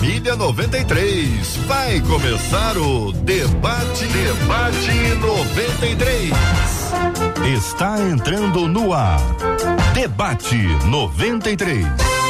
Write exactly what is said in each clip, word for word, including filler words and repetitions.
Família noventa e três. Vai começar o Debate, Debate noventa e três. Está entrando no ar. Debate noventa e três.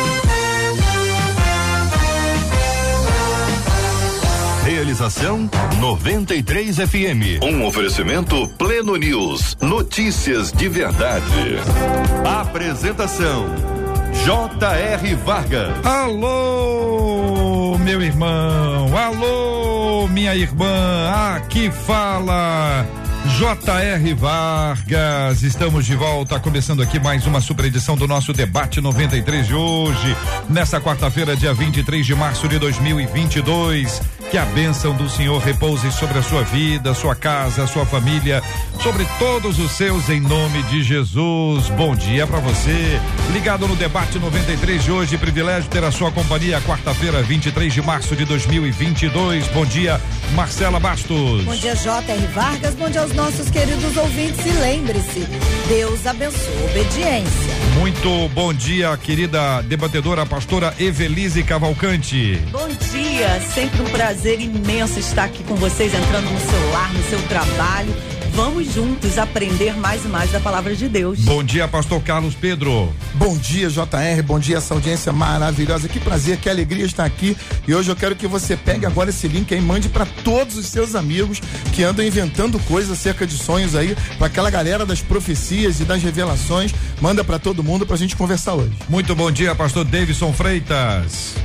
Realização noventa e três F M. Um oferecimento Pleno News. Notícias de verdade. Apresentação J R Vargas. Alô, meu irmão. Alô, minha irmã. Aqui fala J R Vargas. Estamos de volta, começando aqui mais uma super edição do nosso Debate noventa e três de hoje, nessa quarta-feira, dia vinte e três de março de dois mil e vinte e dois. Que a bênção do Senhor repouse sobre a sua vida, sua casa, sua família, sobre todos os seus, em nome de Jesus. Bom dia pra você, ligado no Debate noventa e três de hoje, privilégio ter a sua companhia, quarta-feira, vinte e três de março de dois mil e vinte e dois. Bom dia, Marcela Bastos. Bom dia, J R Vargas. Bom dia aos nossos queridos ouvintes. E lembre-se, Deus abençoa a obediência. Muito bom dia, querida debatedora, pastora Evelise Cavalcante. Bom dia, sempre um prazer imenso estar aqui com vocês, entrando no seu lar, no seu trabalho. Vamos juntos aprender mais e mais da palavra de Deus. Bom dia, pastor Carlos Pedro. Bom dia, J R, bom dia, essa audiência maravilhosa. Que prazer, que alegria estar aqui. E hoje eu quero que você pegue agora esse link aí e mande para todos os seus amigos que andam inventando coisas acerca de sonhos aí, para aquela galera das profecias e das revelações. Manda para todo mundo pra gente conversar hoje. Muito bom dia, pastor Davidson Freitas.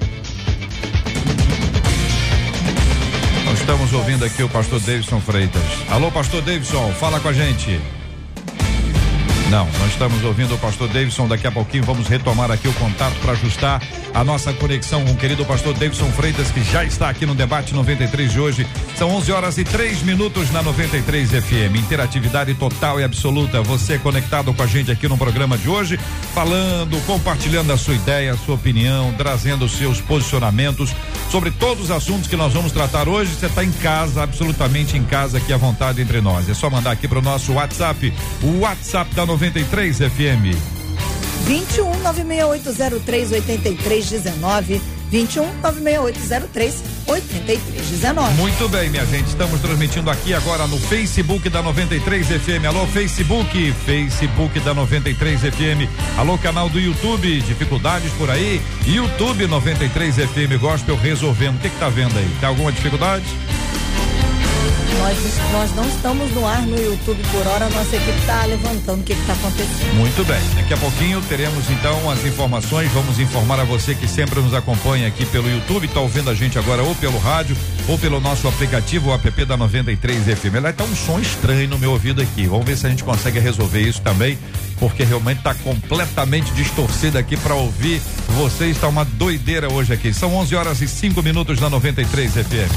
Estamos ouvindo aqui o pastor Davidson Freitas. Alô, pastor Davidson, fala com a gente. Não, nós estamos ouvindo o pastor Davidson. Daqui a pouquinho vamos retomar aqui o contato para ajustar a nossa conexão com o querido pastor Davidson Freitas, que já está aqui no Debate noventa e três de hoje. São onze horas e três minutos na noventa e três F M. Interatividade total e absoluta. Você conectado com a gente aqui no programa de hoje, falando, compartilhando a sua ideia, a sua opinião, trazendo os seus posicionamentos sobre todos os assuntos que nós vamos tratar hoje. Você está em casa, absolutamente em casa, aqui à vontade entre nós. É só mandar aqui para o nosso WhatsApp, o WhatsApp da noventa e três F M. vinte e um, nove seis oito zero três, oito três um nove. vinte e um, nove seis oito zero três, oito três um nove. Muito bem, minha gente. Estamos transmitindo aqui agora no Facebook da noventa e três F M. Alô, Facebook, Facebook da noventa e três F M. Alô, canal do YouTube, dificuldades por aí? YouTube noventa e três F M Gospel resolvendo. O que que tá vendo aí? Tem alguma dificuldade? Nós, nós não estamos no ar no YouTube por hora, nossa equipe está levantando o que está acontecendo. Muito bem, daqui a pouquinho teremos então as informações, vamos informar a você que sempre nos acompanha aqui pelo YouTube, está ouvindo a gente agora ou pelo rádio ou pelo nosso aplicativo, o app da noventa e três F M. Lá está um som estranho no meu ouvido aqui, vamos ver se a gente consegue resolver isso também, porque realmente está completamente distorcido aqui para ouvir vocês, está uma doideira hoje aqui. São onze horas e cinco minutos na noventa e três F M.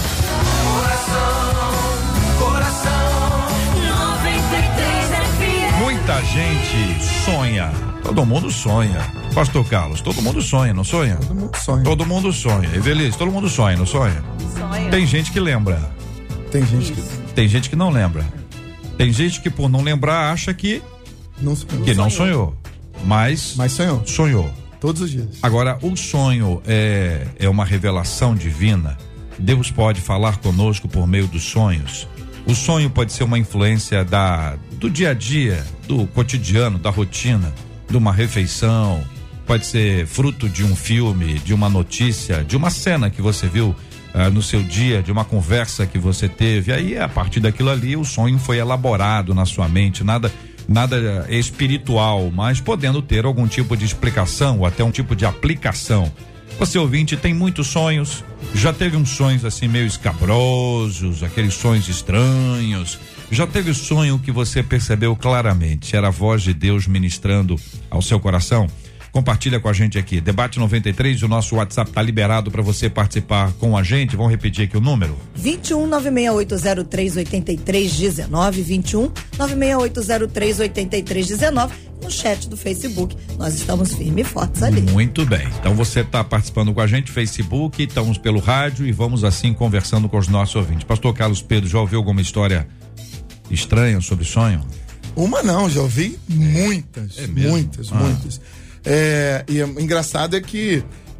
Muita gente sonha, todo mundo sonha. Pastor Carlos, todo mundo sonha, não sonha? Todo mundo sonha. Todo mundo sonha. Evelise, todo mundo sonha, não sonha? Sonha. Tem gente que lembra. Tem gente que, Tem gente que não lembra. Tem gente que por não lembrar acha que não sonhou. que não sonhou, mas Mas sonhou. sonhou. Todos os dias. Agora, o sonho é é uma revelação divina. Deus pode falar conosco por meio dos sonhos. O sonho pode ser uma influência da, do dia a dia, do cotidiano, da rotina, de uma refeição, pode ser fruto de um filme, de uma notícia, de uma cena que você viu ah, no seu dia, de uma conversa que você teve. Aí, a partir daquilo ali, o sonho foi elaborado na sua mente, nada, nada espiritual, mas podendo ter algum tipo de explicação ou até um tipo de aplicação. Você ouvinte tem muitos sonhos, já teve uns sonhos assim meio escabrosos, aqueles sonhos estranhos, já teve sonho que você percebeu claramente, era a voz de Deus ministrando ao seu coração? Compartilha com a gente aqui, Debate noventa e três, o nosso WhatsApp tá liberado para você participar com a gente. Vamos repetir aqui o número: vinte e um, nove seis oito zero três, oito três um nove, vinte e um, nove seis oito zero três, oito três um nove. No chat do Facebook, nós estamos firmes e fortes ali. Muito bem, então você está participando com a gente, Facebook, estamos pelo rádio e vamos assim conversando com os nossos ouvintes. Pastor Carlos Pedro, já ouviu alguma história estranha sobre sonho? Uma não, já ouvi muitas, é mesmo? muitas, ah. muitas. É, e é, engraçado é que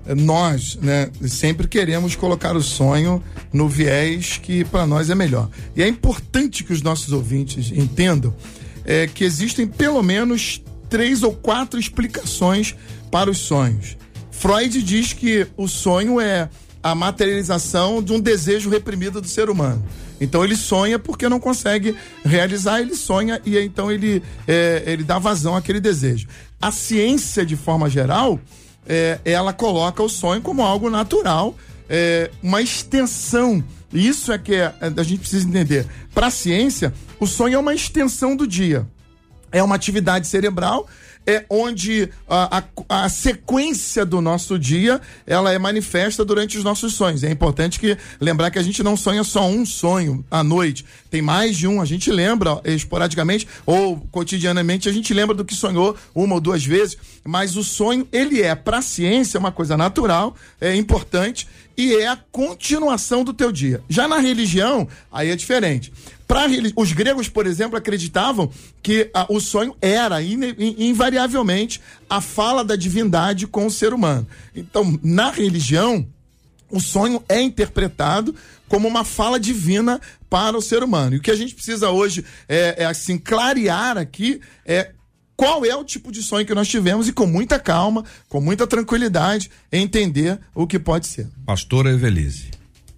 nós, né, sempre queremos colocar o sonho no viés que para nós é melhor. E é importante que os nossos ouvintes entendam é, que existem pelo menos três ou quatro explicações para os sonhos. Freud diz que o sonho é a materialização de um desejo reprimido do ser humano. Então ele sonha porque não consegue realizar, ele sonha e então ele, é, ele dá vazão àquele desejo. A ciência, de forma geral, é, ela coloca o sonho como algo natural, é, uma extensão. Isso é que é, a gente precisa entender. Para a ciência, o sonho é uma extensão do dia. É uma atividade cerebral é onde a, a, a sequência do nosso dia ela é manifesta durante os nossos sonhos. É importante que lembrar que a gente não sonha só um sonho à noite, tem mais de um, a gente lembra esporadicamente ou cotidianamente, a gente lembra do que sonhou uma ou duas vezes, mas o sonho, ele é, para a ciência, uma coisa natural, é importante e é a continuação do teu dia. Já na religião, aí é diferente. Pra, os gregos, por exemplo, acreditavam que ah, o sonho era in, in, invariavelmente a fala da divindade com o ser humano. Então, na religião, o sonho é interpretado como uma fala divina para o ser humano. E o que a gente precisa hoje é, é assim, clarear aqui é qual é o tipo de sonho que nós tivemos e com muita calma, com muita tranquilidade, entender o que pode ser. Pastora Evelise.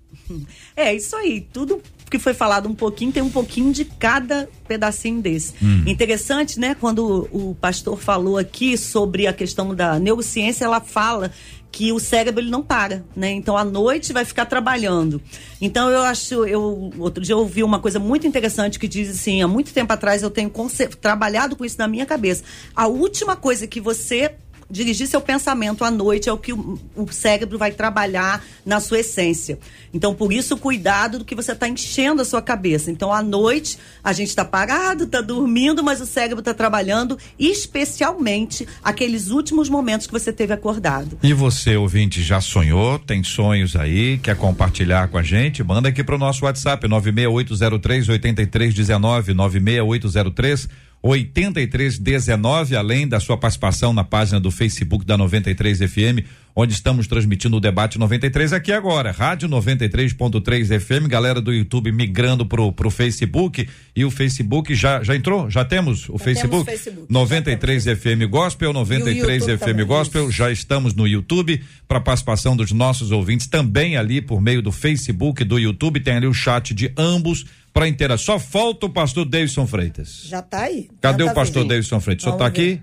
É, isso aí, tudo que foi falado um pouquinho, tem um pouquinho de cada pedacinho desse. Hum. Interessante, né? Quando o pastor falou aqui sobre a questão da neurociência, ela fala que o cérebro ele não para, né? Então à noite vai ficar trabalhando. Então eu acho, eu outro dia eu ouvi uma coisa muito interessante que diz assim, há muito tempo atrás eu tenho conce- trabalhado com isso na minha cabeça. A última coisa que você dirigir seu pensamento à noite é o que o, o cérebro vai trabalhar na sua essência. Então, por isso, cuidado do que você está enchendo a sua cabeça. Então, à noite, a gente está parado, está dormindo, mas o cérebro está trabalhando, especialmente aqueles últimos momentos que você teve acordado. E você, ouvinte, já sonhou? Tem sonhos aí? Quer compartilhar com a gente? Manda aqui para o nosso WhatsApp, nove seis oito zero três oito três um nove, nove seis oito zero três oitenta e três dezenove, além da sua participação na página do Facebook da noventa e três F M, onde estamos transmitindo o debate noventa e três aqui agora, Rádio noventa e três ponto três F M, galera do YouTube migrando pro, pro Facebook, e o Facebook já, já entrou? Já temos o já Facebook? Temos Facebook? noventa e três F M Gospel, noventa e três F M Gospel, já estamos no YouTube, para participação dos nossos ouvintes, também ali por meio do Facebook, do YouTube, tem ali o chat de ambos, para inteira. Só falta o pastor Davidson Freitas. Já tá aí. Cadê já o tá pastor vindo. Davidson Freitas? O senhor tá aqui?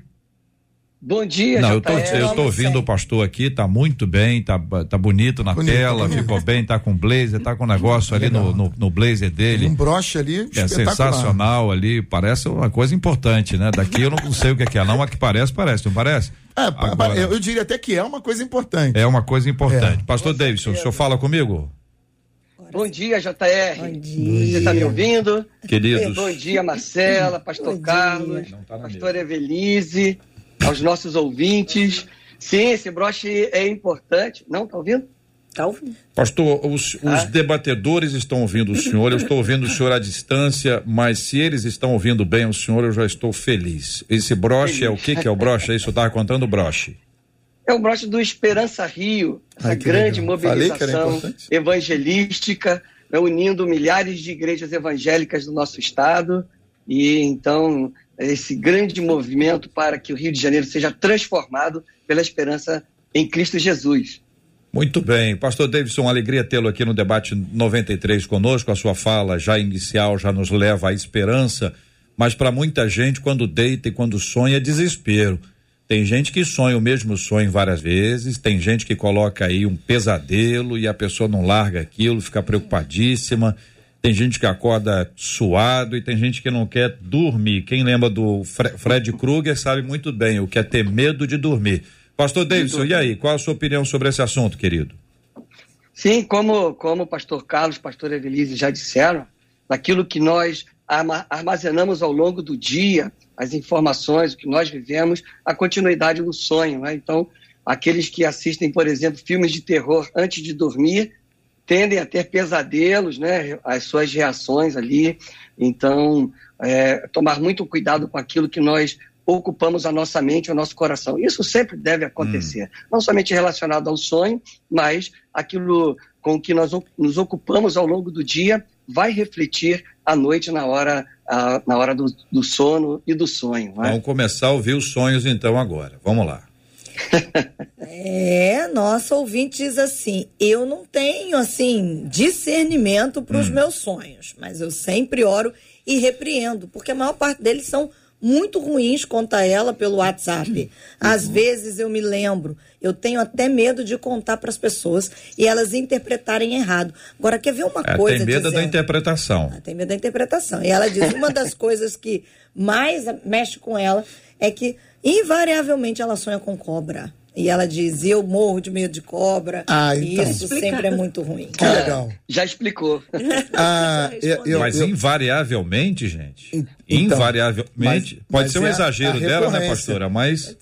Bom dia, Não, eu tô, J R. eu tô ouvindo o pastor aqui, tá muito bem, tá, tá bonito na Bonito, tela, bonito. ficou bem, tá com blazer, tá com um negócio ali no, no, no blazer dele. Um broche ali, É espetacular. sensacional ali, parece uma coisa importante, né? Daqui eu não sei o que é que é, não, mas que parece, parece, não parece? É, Agora, eu, eu diria até que é uma coisa importante. é uma coisa importante. É. Pastor Davidson, o senhor fala comigo? Bom dia, J R. Bom dia. Você está me ouvindo? Queridos. Bom dia, Marcela, Pastor Bom Carlos, dia. Pastor Evelise, aos nossos ouvintes. Sim, esse broche é importante. Não, tá ouvindo? Tá ouvindo? Pastor, os, os Ah. debatedores estão ouvindo o senhor, eu estou ouvindo o senhor à distância, mas se eles estão ouvindo bem o senhor, eu já estou feliz. Esse broche Feliz. é o que que é o broche? É isso, eu estava contando o broche. É o broche do Esperança Rio, essa Ai, que grande legal. Falei que era mobilização importante. evangelística, né, unindo milhares de igrejas evangélicas do nosso estado. E então, esse grande movimento para que o Rio de Janeiro seja transformado pela esperança em Cristo Jesus. Muito bem, pastor Davidson, alegria tê-lo aqui no debate noventa e três conosco, a sua fala já inicial já nos leva à esperança, mas para muita gente quando deita e quando sonha é desespero. Tem gente que sonha o mesmo sonho várias vezes, tem gente que coloca aí um pesadelo e a pessoa não larga aquilo, fica preocupadíssima, tem gente que acorda suado e tem gente que não quer dormir. Quem lembra do Fre- Fred Krueger sabe muito bem o que é ter medo de dormir. Pastor Davidson, e aí, qual a sua opinião sobre esse assunto, querido? Sim, como, como o pastor Carlos, pastor Evelise já disseram, daquilo que nós arma- armazenamos ao longo do dia, as informações, o que nós vivemos, a continuidade do sonho, né? Então, aqueles que assistem, por exemplo, filmes de terror antes de dormir, tendem a ter pesadelos, né? As suas reações ali. Então, é, tomar muito cuidado com aquilo que nós ocupamos a nossa mente, o nosso coração. Isso sempre deve acontecer, hum. não somente relacionado ao sonho, mas aquilo com que nós nos ocupamos ao longo do dia vai refletir à noite na hora, a, na hora do, do sono e do sonho. Né? Vamos começar a ouvir os sonhos então agora. Vamos lá. É, nossa ouvinte diz assim: eu não tenho assim discernimento para os hum. meus sonhos, mas eu sempre oro e repreendo, porque a maior parte deles são muito ruins, conta ela pelo WhatsApp. Às uhum. vezes eu me lembro, eu tenho até medo de contar para as pessoas e elas interpretarem errado. Agora, quer ver uma é, coisa? Tem medo dizendo, da interpretação. Ah, tem medo da interpretação. E ela diz, uma das coisas que mais mexe com ela é que, invariavelmente, ela sonha com cobra. E ela diz, eu morro de medo de cobra. Ah, então. E isso sempre é muito ruim. Que legal. Já explicou. Ah, eu, eu, mas eu, invariavelmente, gente, então, invariavelmente, mas, pode mas ser um é exagero dela, né, pastora? Mas...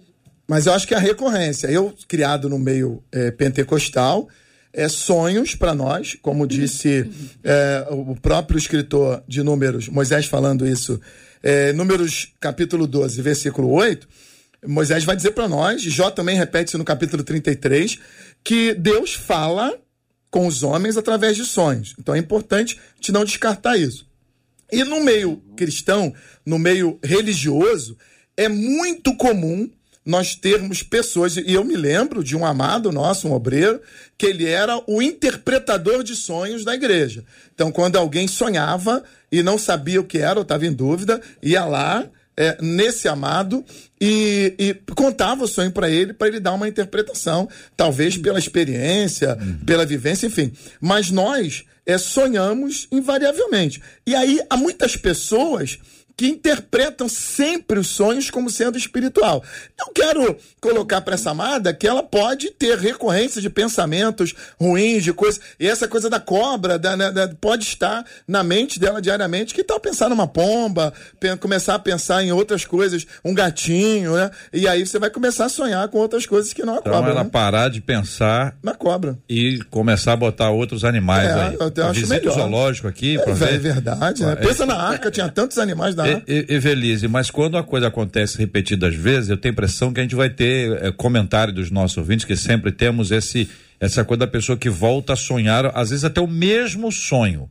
mas eu acho que é a recorrência. Eu, criado no meio é, pentecostal, é, sonhos para nós, como disse é, o próprio escritor de Números, Moisés falando isso, é, Números capítulo doze, versículo oito, Moisés vai dizer para nós, Jó também repete isso no capítulo trinta e três, que Deus fala com os homens através de sonhos. Então é importante a gente não descartar isso. E no meio cristão, no meio religioso, é muito comum nós termos pessoas, e eu me lembro de um amado nosso, um obreiro, que ele era o interpretador de sonhos da igreja. Então quando alguém sonhava e não sabia o que era, ou estava em dúvida, ia lá, É, nesse amado e, e contava o sonho para ele, para ele dar uma interpretação, talvez pela experiência, uhum. pela vivência, enfim. Mas nós é, sonhamos invariavelmente. E aí há muitas pessoas que interpretam sempre os sonhos como sendo espiritual. Eu quero colocar para essa amada que ela pode ter recorrência de pensamentos ruins, de coisas, e essa coisa da cobra da, da, da, pode estar na mente dela diariamente. Que tal pensar numa pomba, pe- começar a pensar em outras coisas, um gatinho, né? E aí você vai começar a sonhar com outras coisas que não a então cobra. Ela né? parar de pensar na cobra e começar a botar outros animais é, aí. Eu, eu acho visita melhor. O zoológico aqui. É, ver... é verdade, né? É. Pensa na arca, tinha tantos animais da arca. Evelise, mas quando a coisa acontece repetidas vezes, eu tenho a impressão que a gente vai ter é, comentário dos nossos ouvintes, que sempre temos esse, essa coisa da pessoa que volta a sonhar, às vezes até o mesmo sonho.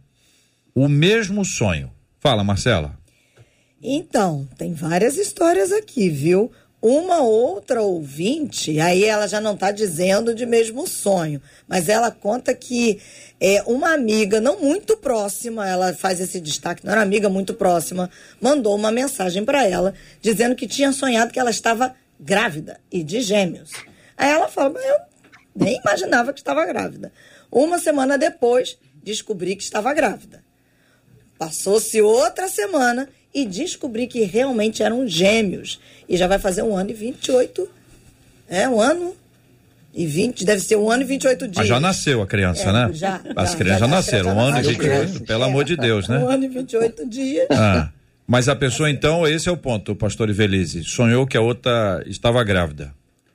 O mesmo sonho. Fala, Marcela. Então, tem várias histórias aqui, viu? Uma outra ouvinte, aí ela já não está dizendo de mesmo sonho, mas ela conta que é, uma amiga não muito próxima, ela faz esse destaque, não era amiga muito próxima, mandou uma mensagem para ela, dizendo que tinha sonhado que ela estava grávida e de gêmeos. Aí ela fala, mas eu nem imaginava que estava grávida. Uma semana depois, descobri que estava grávida. Passou-se outra semana e descobri que realmente eram gêmeos. E já vai fazer um ano e vinte e oito. É, um ano e vinte, deve ser um ano e vinte e oito dias. Mas já nasceu a criança, é, né? Já. As já, crianças já, já nasceram, já um ano e vinte e oito, pelo é, amor de Deus, né? Um ano e vinte e oito dias. Ah, mas a pessoa, então, esse é o ponto, pastor Ivelise, sonhou que a outra estava grávida.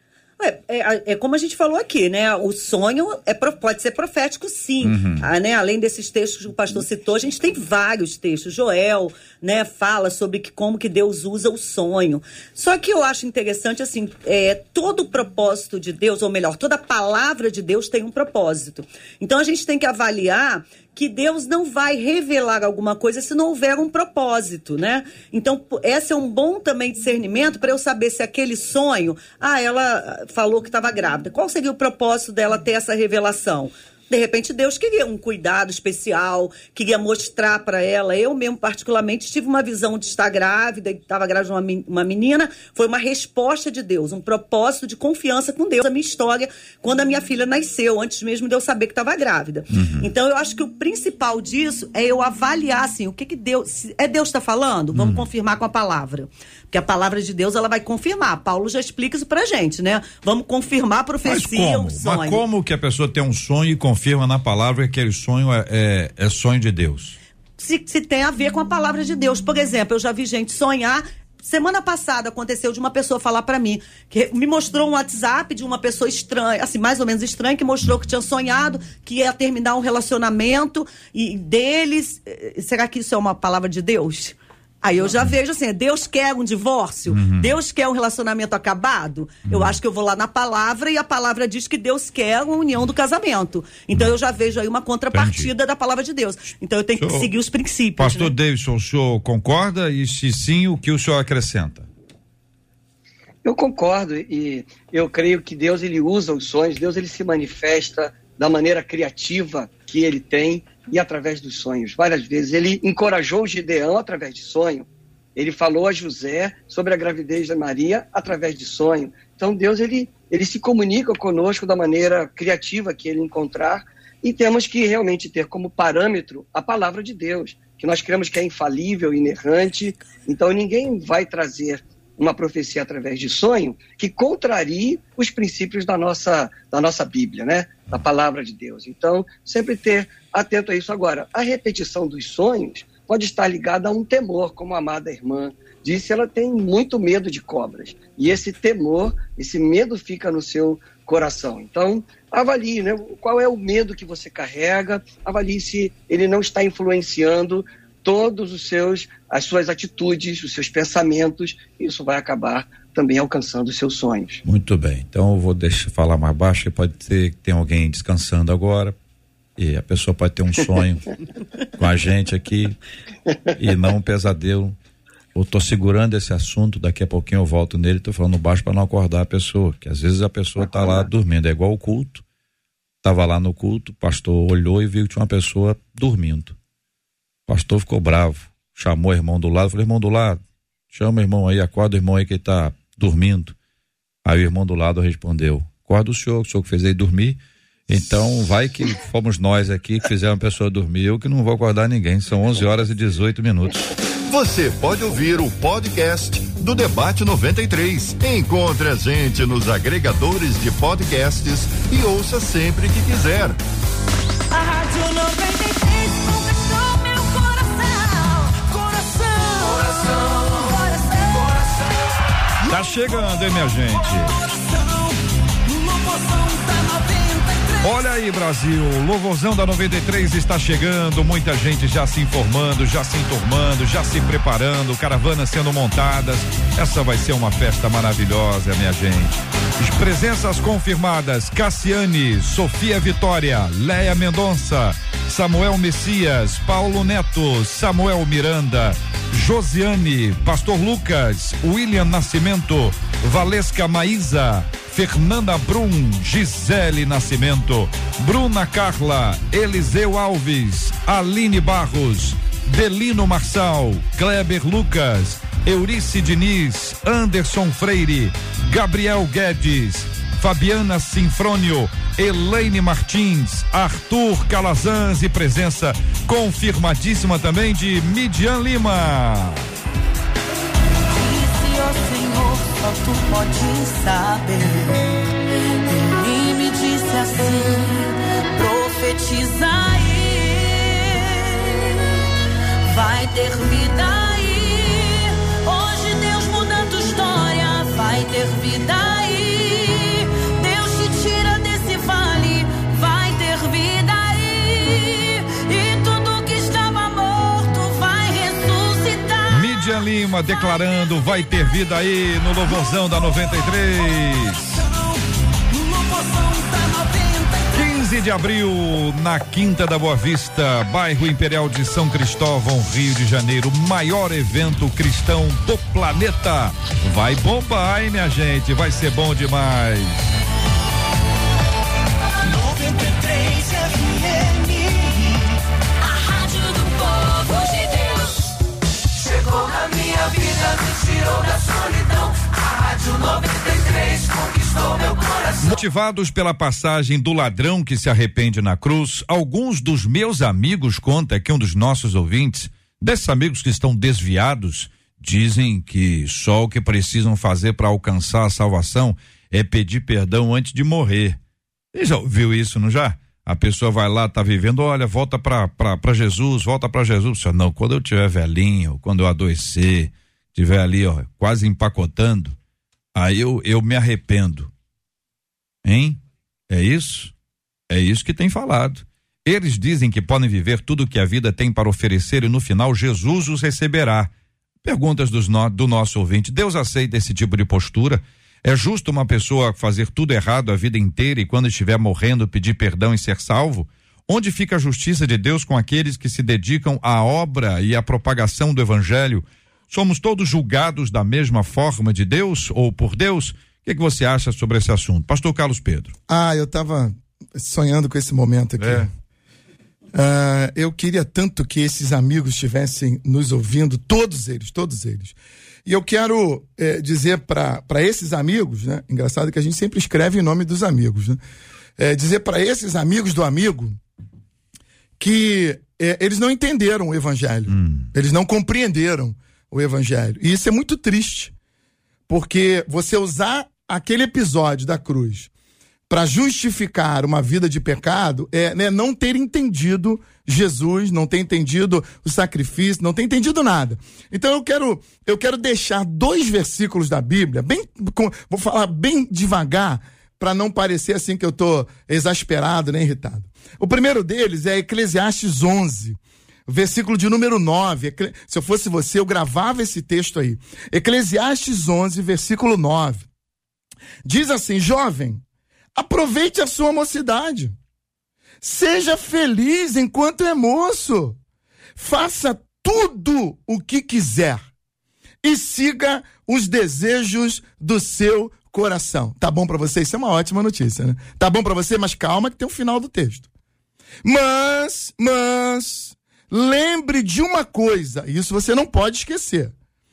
É, é, é como a gente falou aqui, né? O sonho é, pode ser profético, sim. Uhum. Ah, né? Além desses textos que o pastor citou, a gente tem vários textos. Joel, né, fala sobre que, como que Deus usa o sonho. Só que eu acho interessante, assim, é, todo o propósito de Deus, ou melhor, toda a palavra de Deus tem um propósito. Então a gente tem que avaliar que Deus não vai revelar alguma coisa se não houver um propósito, né? Então, esse é um bom também discernimento para eu saber se aquele sonho, ah, ela falou que estava grávida. Qual seria o propósito dela ter essa revelação? De repente, Deus queria um cuidado especial, queria mostrar para ela. Eu mesmo, particularmente, tive uma visão de estar grávida, e estava grávida de uma menina. Foi uma resposta de Deus, um propósito de confiança com Deus. A minha história, quando a minha filha nasceu, antes mesmo de eu saber que estava grávida. Uhum. Então, eu acho que o principal disso é eu avaliar, assim, o que que Deus... Se é Deus que está falando? Vamos uhum. confirmar com a palavra. Porque a palavra de Deus, ela vai confirmar. Paulo já explica isso pra gente, né? Vamos confirmar a profecia, o sonho. Mas como que a pessoa tem um sonho e confirma na palavra que aquele sonho é, é, é sonho de Deus? Se, se tem a ver com a palavra de Deus. Por exemplo, eu já vi gente sonhar. Semana passada aconteceu de uma pessoa falar pra mim, que me mostrou um WhatsApp de uma pessoa estranha, assim, mais ou menos estranha, que mostrou que tinha sonhado que ia terminar um relacionamento e deles. Será que isso é uma palavra de Deus? Aí eu já vejo assim, Deus quer um divórcio? Uhum. Deus quer um relacionamento acabado? Uhum. Eu acho que eu vou lá na palavra e a palavra diz que Deus quer uma união do casamento. Então uhum. eu já vejo aí uma contrapartida Entendi. Da palavra de Deus. Então eu tenho que senhor, seguir os princípios. Pastor né? Davidson, o senhor concorda? E se sim, o que o senhor acrescenta? Eu concordo e eu creio que Deus ele usa os sonhos, Deus ele se manifesta da maneira criativa que ele tem e através dos sonhos. Várias vezes ele encorajou Gideão através de sonho. Ele falou a José sobre a gravidez de Maria através de sonho. Então Deus ele, ele se comunica conosco da maneira criativa que ele encontrar e temos que realmente ter como parâmetro a palavra de Deus, que nós cremos que é infalível, inerrante. Então ninguém vai trazer uma profecia através de sonho que contrarie os princípios da nossa, da nossa Bíblia, né? Da palavra de Deus. Então, sempre ter atento a isso. Agora, a repetição dos sonhos pode estar ligada a um temor, como a amada irmã disse, ela tem muito medo de cobras. E esse temor, esse medo fica no seu coração. Então, avalie, né? Qual é o medo que você carrega, avalie se ele não está influenciando todos os seus, as suas atitudes, os seus pensamentos, isso vai acabar também alcançando os seus sonhos. Muito bem, então eu vou deixar falar mais baixo, pode ser que tenha alguém descansando agora e a pessoa pode ter um sonho com a gente aqui e não um pesadelo. Eu tô segurando esse assunto, daqui a pouquinho eu volto nele, tô falando baixo para não acordar a pessoa, que às vezes a pessoa tá lá dormindo, é igual o culto, tava lá no culto, o pastor olhou e viu que tinha uma pessoa dormindo. O pastor ficou bravo, chamou o irmão do lado, falou, irmão do lado, chama o irmão aí, acorda o irmão aí que ele tá dormindo. Aí o irmão do lado respondeu, acorda o senhor, o senhor que fez aí dormir, então vai que fomos nós aqui que fizemos a pessoa dormir, eu que não vou acordar ninguém, são onze horas e dezoito minutos. Você pode ouvir o podcast do Debate noventa e três. Encontre a gente nos agregadores de podcasts e ouça sempre que quiser. A Rádio noventa e três conquistou meu coração, coração, coração, coração, coração. Tá chegando, hein, minha gente? Coração, louvozão da noventa e três. Olha aí, Brasil, Louvorzão da noventa e três está chegando, muita gente já se informando, já se enturmando, já se preparando, caravanas sendo montadas. Essa vai ser uma festa maravilhosa, minha gente. Presenças confirmadas: Cassiane, Sofia Vitória, Leia Mendonça, Samuel Messias, Paulo Neto, Samuel Miranda, Josiane, Pastor Lucas, William Nascimento, Valesca Maísa, Fernanda Brum, Gisele Nascimento, Bruna Carla, Eliseu Alves, Aline Barros, Delino Marçal, Kleber Lucas, Eurice Diniz, Anderson Freire, Gabriel Guedes, Fabiana Sinfrônio, Elaine Martins, Arthur Calazans e presença confirmadíssima também de Midian Lima. Disse ao Senhor, só tu podes saber. Ele me disse assim, profetiza aí, vai ter vida aí. Hoje Deus muda a tua história, vai ter vida aí. Deus te tira desse vale, vai ter vida aí. E tudo que estava morto vai ressuscitar. Midian Lima declarando, vai ter vida aí no Louvorzão da noventa e três. quinze de abril, na Quinta da Boa Vista, bairro Imperial de São Cristóvão, Rio de Janeiro, maior evento cristão do planeta. Vai bombar, hein, minha gente? Vai ser bom demais. noventa e três F M, a rádio do povo de Deus. Chegou na minha vida, me tirou da solidão. A rádio noventa e três conquistou meu coração. Motivados pela passagem do ladrão que se arrepende na cruz, alguns dos meus amigos, conta que um dos nossos ouvintes, desses amigos que estão desviados, dizem que só o que precisam fazer para alcançar a salvação é pedir perdão antes de morrer. Você já ouviu isso, não já? A pessoa vai lá, tá vivendo, olha, volta pra, pra, pra Jesus, volta pra Jesus. Não, quando eu tiver velhinho, quando eu adoecer, tiver ali, ó, quase empacotando, aí eu, eu me arrependo. Hein? É isso? É isso que tem falado. Eles dizem que podem viver tudo que a vida tem para oferecer e no final Jesus os receberá. Perguntas dos no, do nosso ouvinte. Deus aceita esse tipo de postura? É justo uma pessoa fazer tudo errado a vida inteira e quando estiver morrendo pedir perdão e ser salvo? Onde fica a justiça de Deus com aqueles que se dedicam à obra e à propagação do evangelho? Somos todos julgados da mesma forma de Deus ou por Deus? O que, que você acha sobre esse assunto? Pastor Carlos Pedro. Ah, eu estava sonhando com esse momento aqui. É. Uh, eu queria tanto que esses amigos estivessem nos ouvindo, todos eles, todos eles. E eu quero eh, dizer para esses amigos, né? Engraçado que a gente sempre escreve em nome dos amigos, né? É, dizer para esses amigos do amigo que eh, eles não entenderam o evangelho, hum. eles não compreenderam o evangelho. E isso é muito triste, porque você usar aquele episódio da cruz para justificar uma vida de pecado é, né, não ter entendido Jesus, não ter entendido o sacrifício, não ter entendido nada. Então eu quero, eu quero deixar dois versículos da Bíblia, bem, com, vou falar bem devagar, para não parecer assim que eu estou exasperado, nem irritado. O primeiro deles é Eclesiastes onze, versículo de número nove. Se eu fosse você, eu gravava esse texto aí. Eclesiastes onze, versículo nove. Diz assim: jovem, aproveite a sua mocidade. Seja feliz enquanto é moço. Faça tudo o que quiser. E siga os desejos do seu coração. Tá bom pra você? Isso é uma ótima notícia, né? Tá bom pra você? Mas calma que tem o final do texto. Mas, mas, lembre de uma coisa, isso você não pode esquecer.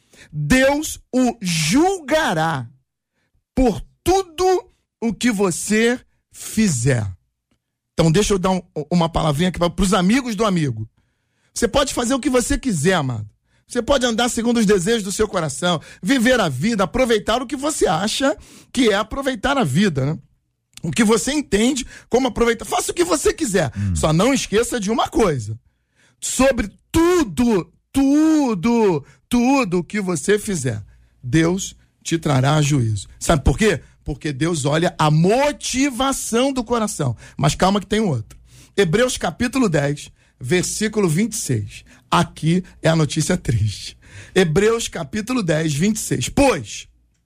Deus o julgará por tudo o que você fizer. Então deixa eu dar um, uma palavrinha aqui para os amigos do amigo. Você pode fazer o que você quiser, amado. Você pode andar segundo os desejos do seu coração, viver a vida, aproveitar o que você acha que é aproveitar a vida, né? O que você entende como aproveitar. Faça o que você quiser. Hum. Só não esqueça de uma coisa. Sobre tudo, tudo, tudo que você fizer, Deus te trará juízo. Sabe por quê? Porque Deus olha a motivação do coração. Mas calma que tem um outro. Hebreus capítulo dez, versículo vinte e seis. Aqui é a notícia triste. Hebreus capítulo dez, vinte e seis. Pois,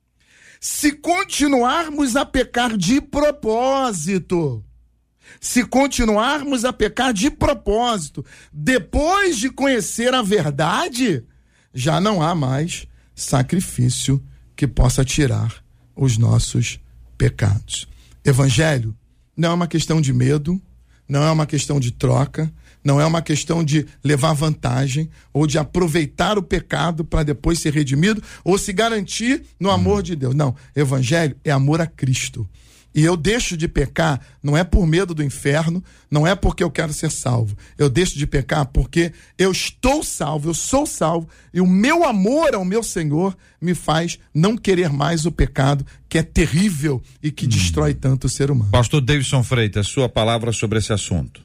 se continuarmos a pecar de propósito, se continuarmos a pecar de propósito, depois de conhecer a verdade, já não há mais sacrifício que possa tirar os nossos pecados. Evangelho não é uma questão de medo, não é uma questão de troca, não é uma questão de levar vantagem ou de aproveitar o pecado para depois ser redimido ou se garantir no amor de Deus. Não, evangelho é amor a Cristo. E eu deixo de pecar não é por medo do inferno, não é porque eu quero ser salvo. Eu deixo de pecar porque eu estou salvo, eu sou salvo e o meu amor ao meu Senhor me faz não querer mais o pecado que é terrível e que hum. destrói tanto o ser humano. Pastor Davidson Freitas, sua palavra sobre esse assunto.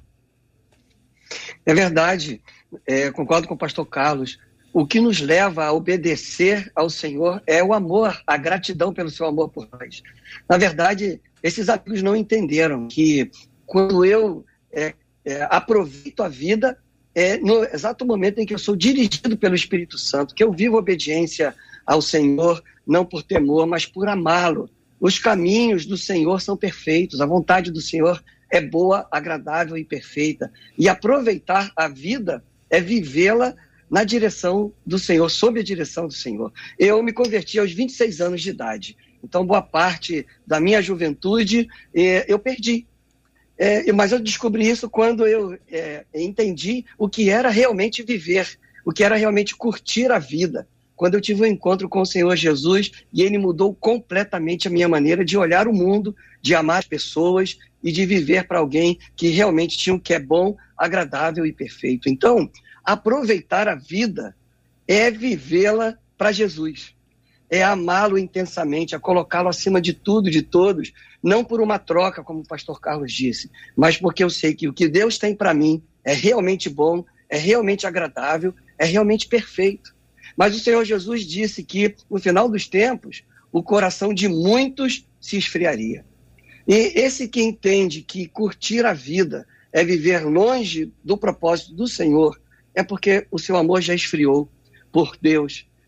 É verdade, é, concordo com o pastor Carlos. O que nos leva a obedecer ao Senhor é o amor, a gratidão pelo seu amor por nós. Na verdade, esses amigos não entenderam que quando eu é, é, aproveito a vida, é no exato momento em que eu sou dirigido pelo Espírito Santo, que eu vivo obediência ao Senhor, não por temor, mas por amá-lo. Os caminhos do Senhor são perfeitos, a vontade do Senhor é boa, agradável e perfeita. E aproveitar a vida é vivê-la na direção do Senhor, sob a direção do Senhor. Eu me converti aos vinte e seis anos de idade. Então, boa parte da minha juventude eh, eu perdi. Eh, mas eu descobri isso quando eu eh, entendi o que era realmente viver, o que era realmente curtir a vida. Quando eu tive um encontro com o Senhor Jesus e ele mudou completamente a minha maneira de olhar o mundo, de amar as pessoas e de viver para alguém que realmente tinha o que é bom, agradável e perfeito. Então, aproveitar a vida é vivê-la para Jesus. É amá-lo intensamente, é colocá-lo acima de tudo e de todos, não por uma troca, como o pastor Carlos disse, mas porque eu sei que o que Deus tem para mim é realmente bom, é realmente agradável, é realmente perfeito. Mas o Senhor Jesus disse que, no final dos tempos, o coração de muitos se esfriaria. E esse que entende que curtir a vida é viver longe do propósito do Senhor, é porque o seu amor já esfriou por Deus,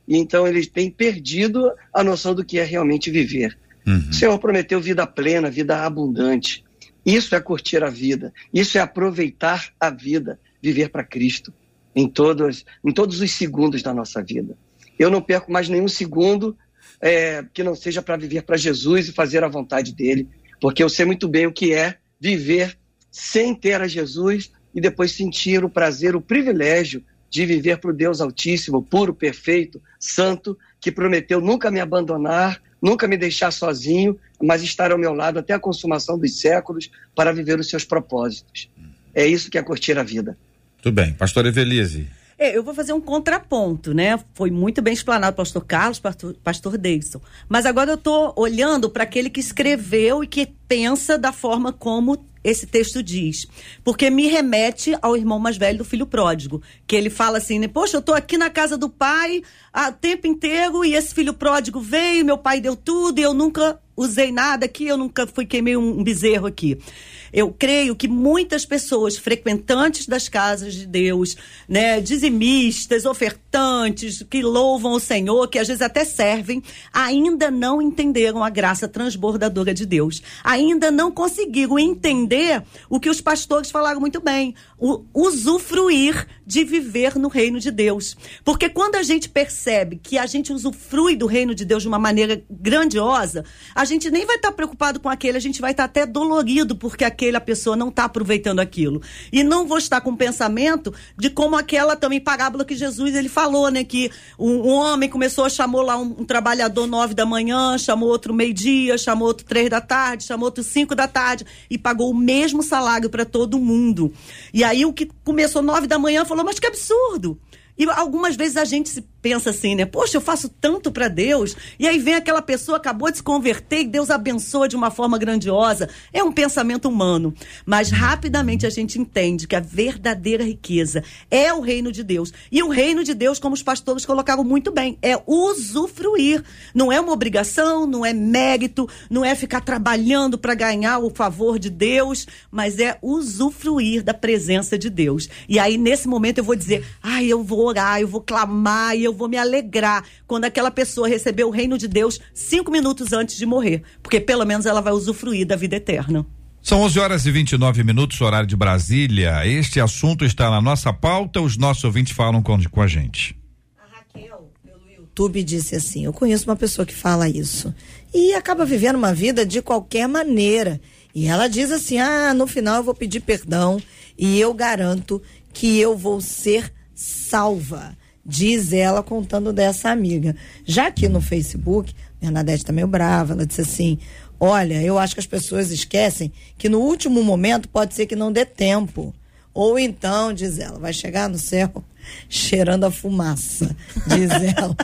e então eles têm perdido a noção do que é realmente viver. Uhum. O Senhor prometeu vida plena, vida abundante. Isso é curtir a vida, isso é aproveitar a vida, viver para Cristo em todos, em todos os segundos da nossa vida. Eu não perco mais nenhum segundo é, que não seja para viver para Jesus e fazer a vontade dele, porque eu sei muito bem o que é viver sem ter a Jesus e depois sentir o prazer, o privilégio de viver para o Deus Altíssimo, puro, perfeito, santo, que prometeu nunca me abandonar, nunca me deixar sozinho, mas estar ao meu lado até a consumação dos séculos para viver os seus propósitos. É isso que é curtir a vida. Tudo bem. Pastor Evelise. É, eu vou fazer um contraponto, né? Foi muito bem explanado, pastor Carlos, pastor, pastor Deison. Mas agora eu estou olhando para aquele que escreveu e que pensa da forma como esse texto diz. Porque me remete ao irmão mais velho do filho pródigo, que ele fala assim, né? Poxa, eu estou aqui na casa do pai o tempo inteiro e esse filho pródigo veio, meu pai deu tudo e eu nunca usei nada aqui, eu nunca fui queimei um, um bezerro aqui. Eu creio que muitas pessoas frequentantes das casas de Deus, né, dizimistas, ofertantes, que louvam o Senhor, que às vezes até servem, ainda não entenderam a graça transbordadora de Deus. Ainda não conseguiram entender o que os pastores falaram muito bem, o usufruir de viver no reino de Deus. Porque quando a gente percebe que a gente usufrui do reino de Deus de uma maneira grandiosa, a gente nem vai estar preocupado com aquele, a gente vai estar até dolorido porque aquele a pessoa não está aproveitando aquilo. E não vou estar com o pensamento de como aquela também parábola que Jesus ele falou, né? Que um, um homem começou, chamou lá um, um trabalhador nove da manhã, chamou outro meio-dia, chamou outro três da tarde, chamou outro cinco da tarde e pagou o mesmo salário para todo mundo. E aí o que começou nove da manhã falou, mas que absurdo! E algumas vezes a gente se pensa assim, né? Poxa, eu faço tanto para Deus. E aí vem aquela pessoa, acabou de se converter e Deus abençoa de uma forma grandiosa. É um pensamento humano. Mas rapidamente a gente entende que a verdadeira riqueza é o reino de Deus. E o reino de Deus, como os pastores colocaram muito bem, é usufruir. Não é uma obrigação, não é mérito, não é ficar trabalhando para ganhar o favor de Deus, mas é usufruir da presença de Deus. E aí, nesse momento, eu vou dizer, ai, eu vou orar, eu vou clamar e eu vou me alegrar quando aquela pessoa receber o reino de Deus cinco minutos antes de morrer, porque pelo menos ela vai usufruir da vida eterna. São onze horas e vinte e nove minutos, horário de Brasília. Este assunto está na nossa pauta, os nossos ouvintes falam com, com a gente. A Raquel, pelo YouTube, disse assim, eu conheço uma pessoa que fala isso e acaba vivendo uma vida de qualquer maneira. E ela diz assim, ah, no final eu vou pedir perdão e eu garanto que eu vou ser salva, diz ela contando dessa amiga. Já aqui no Facebook, Bernadette tá meio brava, ela disse assim, olha, eu acho que as pessoas esquecem que no último momento pode ser que não dê tempo, ou então, diz ela, vai chegar no céu cheirando a fumaça, diz ela,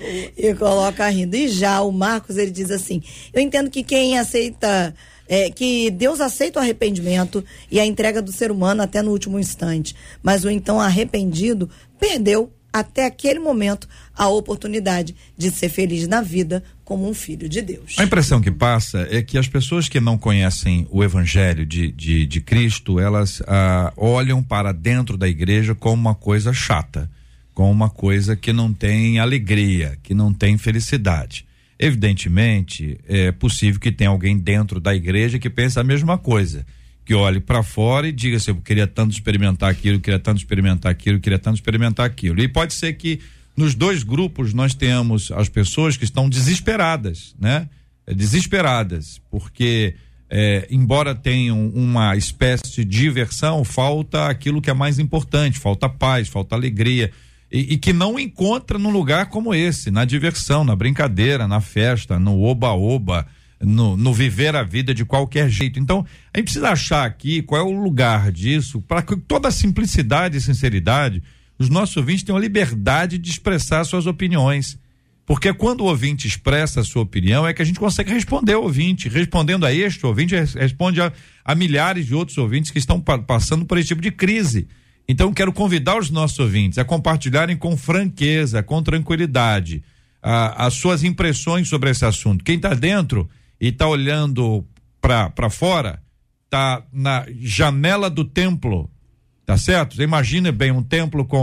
e coloca rindo. E já o Marcos, ele diz assim, eu entendo que quem aceita É, que Deus aceita o arrependimento e a entrega do ser humano até no último instante, mas o então arrependido perdeu até aquele momento a oportunidade de ser feliz na vida como um filho de Deus. A impressão que passa é que as pessoas que não conhecem o evangelho de, de, de Cristo, elas ah, olham para dentro da igreja como uma coisa chata, como uma coisa que não tem alegria, que não tem felicidade. Evidentemente, é possível que tenha alguém dentro da igreja que pense a mesma coisa, que olhe para fora e diga assim, eu queria tanto experimentar aquilo, queria tanto experimentar aquilo, queria tanto experimentar aquilo. E pode ser que nos dois grupos nós tenhamos as pessoas que estão desesperadas, né? Desesperadas, porque é, embora tenham uma espécie de diversão, falta aquilo que é mais importante, falta paz, falta alegria. E, e que não encontra num lugar como esse, na diversão, na brincadeira, na festa, no oba-oba, no, no viver a vida de qualquer jeito. Então, a gente precisa achar aqui qual é o lugar disso, para que toda a simplicidade e sinceridade, os nossos ouvintes tenham a liberdade de expressar suas opiniões. Porque quando o ouvinte expressa a sua opinião, é que a gente consegue responder ao ouvinte. Respondendo a este ouvinte, responde a, a milhares de outros ouvintes que estão pa- passando por esse tipo de crise. Então, quero convidar os nossos ouvintes a compartilharem com franqueza, com tranquilidade, a, as suas impressões sobre esse assunto. Quem está dentro e está olhando para fora, está na janela do templo, tá certo? Você imagina bem um templo com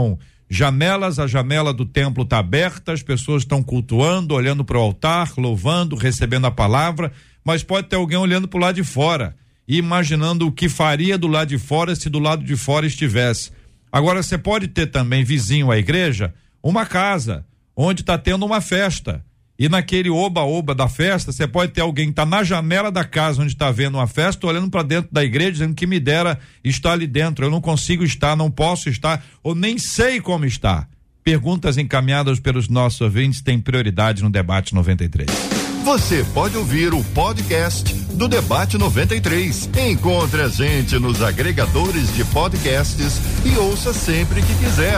Janelas, a janela do templo está aberta, as pessoas estão cultuando, olhando para o altar, louvando, recebendo a palavra, mas pode ter alguém olhando para o lado de fora e imaginando o que faria do lado de fora se do lado de fora estivesse. Agora, você pode ter também vizinho à igreja uma casa onde está tendo uma festa. E naquele oba-oba da festa, você pode ter alguém que está na janela da casa onde está vendo uma festa, olhando para dentro da igreja, dizendo que me dera estar ali dentro. Eu não consigo estar, não posso estar, ou nem sei como estar. Perguntas encaminhadas pelos nossos ouvintes têm prioridade no Debate noventa e três. Você pode ouvir o podcast do Debate noventa e três. Encontre a gente nos agregadores de podcasts e ouça sempre que quiser.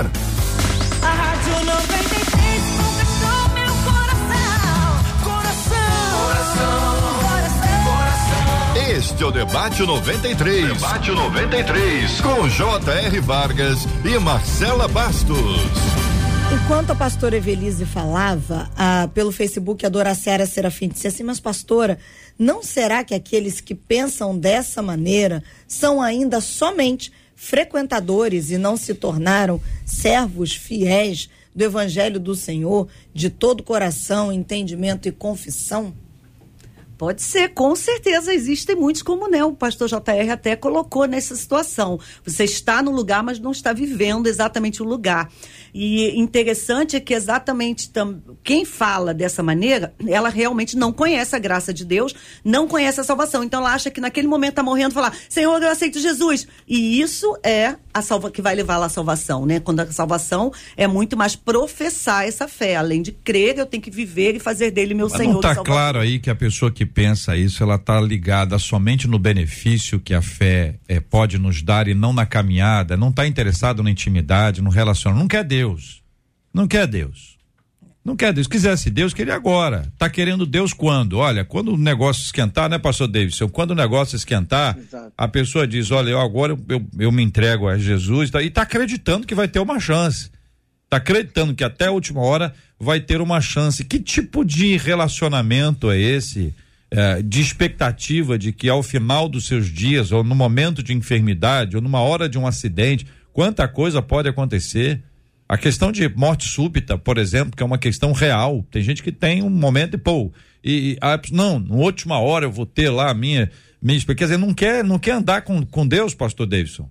A Rádio noventa e três conquistou meu coração. Coração, coração, coração, coração. Este é o Debate noventa e três. Debate noventa e três. Com J R Vargas e Marcela Bastos. Enquanto a pastora Evelise falava, ah, pelo Facebook, a Doracéara Serafim disse assim: mas pastora, não será que aqueles que pensam dessa maneira são ainda somente frequentadores e não se tornaram servos fiéis do Evangelho do Senhor, de todo coração, entendimento e confissão? Pode ser, com certeza existem muitos, como né, o pastor J R até colocou nessa situação. Você está no lugar, mas não está vivendo exatamente o lugar. E interessante é que exatamente tam, quem fala dessa maneira, ela realmente não conhece a graça de Deus, não conhece a salvação. Então ela acha que naquele momento está morrendo, falar: Senhor, eu aceito Jesus. E isso é a salva que vai levar à salvação, né? Quando a salvação é muito mais professar essa fé. Além de crer, eu tenho que viver e fazer dele meu Mas Senhor. Não está claro aí que a pessoa que pensa isso, ela está ligada somente no benefício que a fé é, pode nos dar e não na caminhada, não está interessado na intimidade, no relacionamento, não quer Deus, não quer Deus, não quer Deus, quisesse Deus, queria agora, tá querendo Deus quando? Olha, quando o negócio esquentar, né, pastor Davidson, quando o negócio esquentar, Exato. A pessoa diz: olha, eu agora eu, eu, eu me entrego a Jesus, tá, e tá acreditando que vai ter uma chance, tá acreditando que até a última hora vai ter uma chance. Que tipo de relacionamento é esse? É, de expectativa de que ao final dos seus dias, ou no momento de enfermidade, ou numa hora de um acidente, quanta coisa pode acontecer. A questão de morte súbita, por exemplo, que é uma questão real. Tem gente que tem um momento e pô, e, e a, não, na última hora eu vou ter lá a minha, minha quer dizer, não quer, não quer andar com, com Deus, pastor Davidson?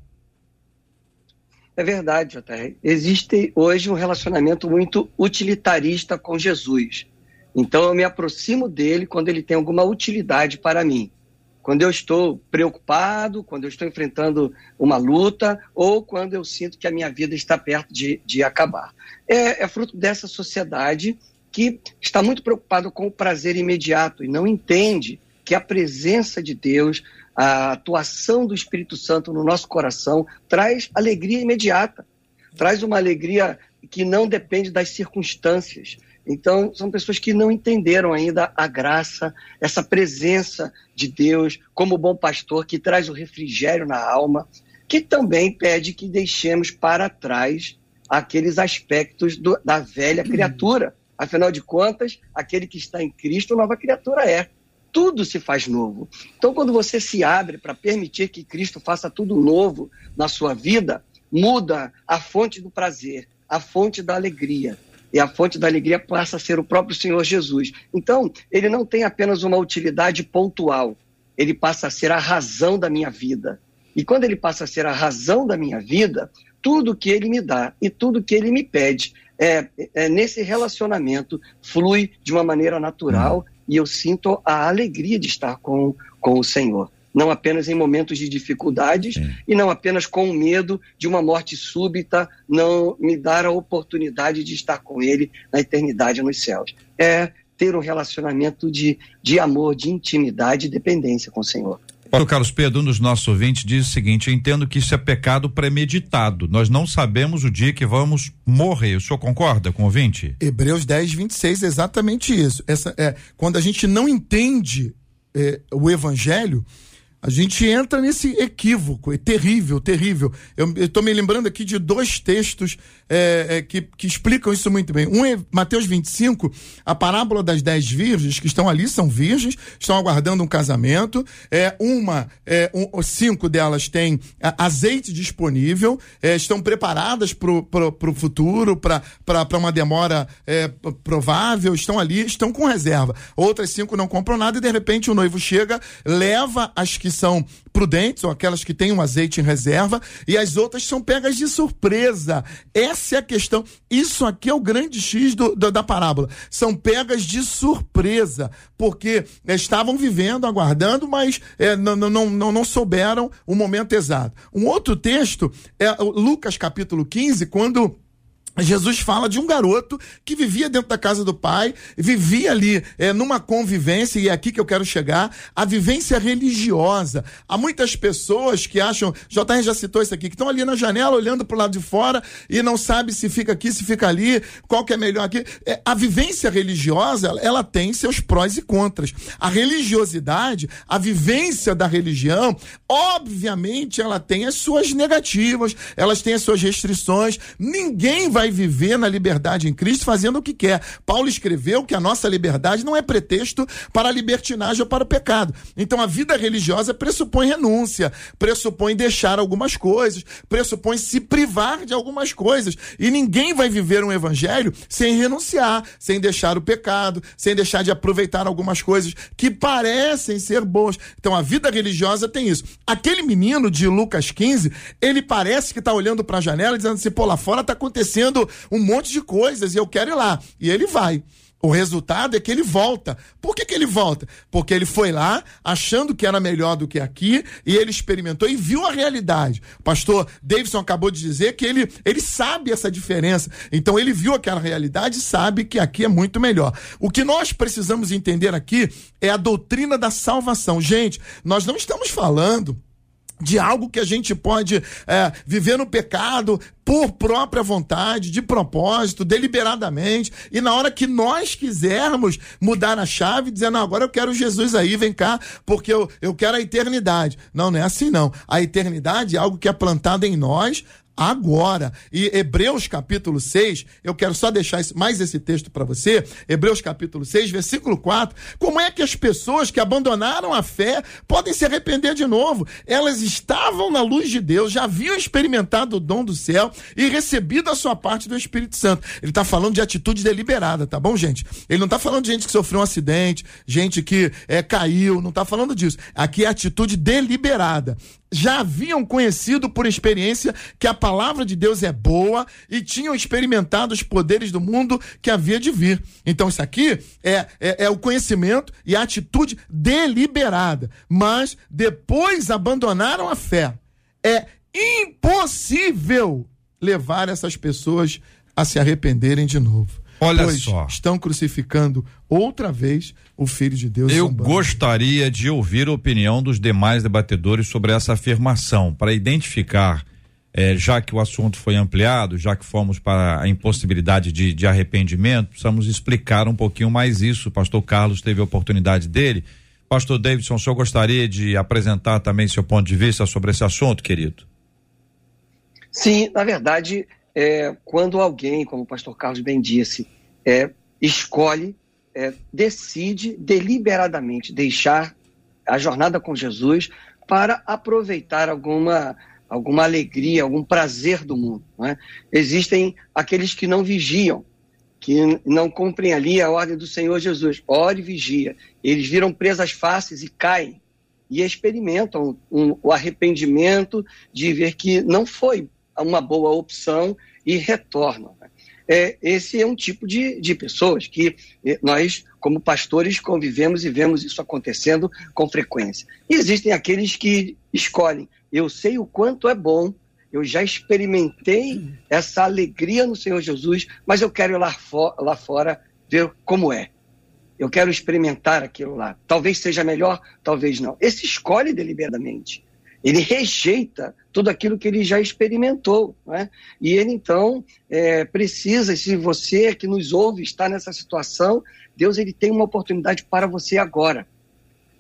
É verdade, J R. Existe hoje um relacionamento muito utilitarista com Jesus. Então eu me aproximo dele quando ele tem alguma utilidade para mim. Quando eu estou preocupado, quando eu estou enfrentando uma luta, ou quando eu sinto que a minha vida está perto de, de acabar. É, é fruto dessa sociedade que está muito preocupada com o prazer imediato e não entende que a presença de Deus, a atuação do Espírito Santo no nosso coração traz alegria imediata, traz uma alegria que não depende das circunstâncias. Então, são pessoas que não entenderam ainda a graça, essa presença de Deus como bom pastor que traz o refrigério na alma, que também pede que deixemos para trás aqueles aspectos do, da velha criatura. Afinal de contas, aquele que está em Cristo, nova criatura é. Tudo se faz novo. Então, quando você se abre para permitir que Cristo faça tudo novo na sua vida, muda a fonte do prazer, a fonte da alegria. E a fonte da alegria passa a ser o próprio Senhor Jesus. Então, ele não tem apenas uma utilidade pontual, ele passa a ser a razão da minha vida. E quando ele passa a ser a razão da minha vida, tudo que ele me dá e tudo que ele me pede, é, é, nesse relacionamento, flui de uma maneira natural, uhum. E eu sinto a alegria de estar com, com o Senhor. Não apenas em momentos de dificuldades, Sim. E não apenas com o medo de uma morte súbita não me dar a oportunidade de estar com ele na eternidade nos céus. É ter um relacionamento de, de amor, de intimidade e dependência com o Senhor. Pastor Carlos Pedro, um dos nossos ouvintes, diz o seguinte: eu entendo que isso é pecado premeditado. Nós não sabemos o dia que vamos morrer. O senhor concorda com o ouvinte? Hebreus dez, vinte e seis, é exatamente isso. Essa, é, quando a gente não entende é, o evangelho, a gente entra nesse equívoco, é terrível, terrível. Eu estou me lembrando aqui de dois textos é, é, que, que explicam isso muito bem. Um é Mateus vinte e cinco, a parábola das dez virgens, que estão ali, são virgens, estão aguardando um casamento. É, uma, é, um, cinco delas têm azeite disponível, é, estão preparadas para o futuro, para uma demora é, provável, estão ali, estão com reserva. Outras cinco não compram nada e de repente o noivo chega, leva as que são prudentes, ou aquelas que têm um azeite em reserva, e as outras são pegas de surpresa. Essa é a questão. Isso aqui é o grande X do, do, da parábola. São pegas de surpresa, porque estavam vivendo, aguardando, mas é, não, não, não, não souberam o momento exato. Um outro texto é Lucas capítulo quinze, quando Jesus fala de um garoto que vivia dentro da casa do pai, vivia ali é, numa convivência, e é aqui que eu quero chegar, a vivência religiosa. Há muitas pessoas que acham, J R já citou isso aqui, que estão ali na janela olhando para o lado de fora e não sabe se fica aqui, se fica ali, qual que é melhor aqui. É, a vivência religiosa, ela tem seus prós e contras. A religiosidade, a vivência da religião, obviamente ela tem as suas negativas, elas têm as suas restrições. Ninguém vai viver na liberdade em Cristo fazendo o que quer. Paulo escreveu que a nossa liberdade não é pretexto para a libertinagem ou para o pecado. Então a vida religiosa pressupõe renúncia, pressupõe deixar algumas coisas, pressupõe se privar de algumas coisas. E ninguém vai viver um evangelho sem renunciar, sem deixar o pecado, sem deixar de aproveitar algumas coisas que parecem ser boas. Então a vida religiosa tem isso. Aquele menino de Lucas quinze, ele parece que está olhando para a janela dizendo assim, pô, lá fora está acontecendo um monte de coisas e eu quero ir lá. E ele vai. O resultado é que ele volta. Por que que ele volta? Porque ele foi lá achando que era melhor do que aqui e ele experimentou e viu a realidade. O pastor Davidson acabou de dizer que ele, ele sabe essa diferença. Então ele viu aquela realidade e sabe que aqui é muito melhor. O que nós precisamos entender aqui é a doutrina da salvação. Gente, nós não estamos falando de algo que a gente pode é, viver no pecado por própria vontade, de propósito, deliberadamente, e na hora que nós quisermos mudar a chave, dizendo, não, agora eu quero Jesus aí, vem cá, porque eu, eu quero a eternidade. Não, não é assim não. A eternidade é algo que é plantado em nós agora. E Hebreus capítulo seis, eu quero só deixar esse, mais esse texto para você, Hebreus capítulo seis, versículo quatro, como é que as pessoas que abandonaram a fé podem se arrepender de novo? Elas estavam na luz de Deus, já haviam experimentado o dom do céu e recebido a sua parte do Espírito Santo. Ele está falando de atitude deliberada, tá bom, gente? Ele não está falando de gente que sofreu um acidente, gente que é, caiu, não está falando disso. Aqui é atitude deliberada. Já haviam conhecido por experiência que a palavra de Deus é boa e tinham experimentado os poderes do mundo que havia de vir. Então isso aqui é, é, é o conhecimento e a atitude deliberada. Mas depois abandonaram a fé. É impossível levar essas pessoas a se arrependerem de novo. Olha pois só. Estão crucificando outra vez o Filho de Deus. Eu zombando. gostaria de ouvir a opinião dos demais debatedores sobre essa afirmação, para identificar, eh, já que o assunto foi ampliado, já que fomos para a impossibilidade de, de arrependimento, precisamos explicar um pouquinho mais isso. O pastor Carlos teve a oportunidade dele. Pastor Davidson, o senhor gostaria de apresentar também seu ponto de vista sobre esse assunto, querido? Sim, na verdade, é, quando alguém, como o pastor Carlos bem disse, é, escolhe, é, decide deliberadamente deixar a jornada com Jesus para aproveitar alguma, alguma alegria, algum prazer do mundo, não é? Existem aqueles que não vigiam, que não cumprem ali a ordem do Senhor Jesus. Ore e vigia. Eles viram presas fáceis e caem e experimentam um, o arrependimento de ver que não foi uma boa opção e retornam. É, esse é um tipo de, de pessoas que nós, como pastores, convivemos e vemos isso acontecendo com frequência. E existem aqueles que escolhem, eu sei o quanto é bom, eu já experimentei essa alegria no Senhor Jesus, mas eu quero ir lá, for, lá fora ver como é. Eu quero experimentar aquilo lá. Talvez seja melhor, talvez não. Esse escolhe deliberadamente. Ele rejeita tudo aquilo que ele já experimentou, não é? E ele, então, é, precisa, se você que nos ouve está nessa situação, Deus ele tem uma oportunidade para você agora.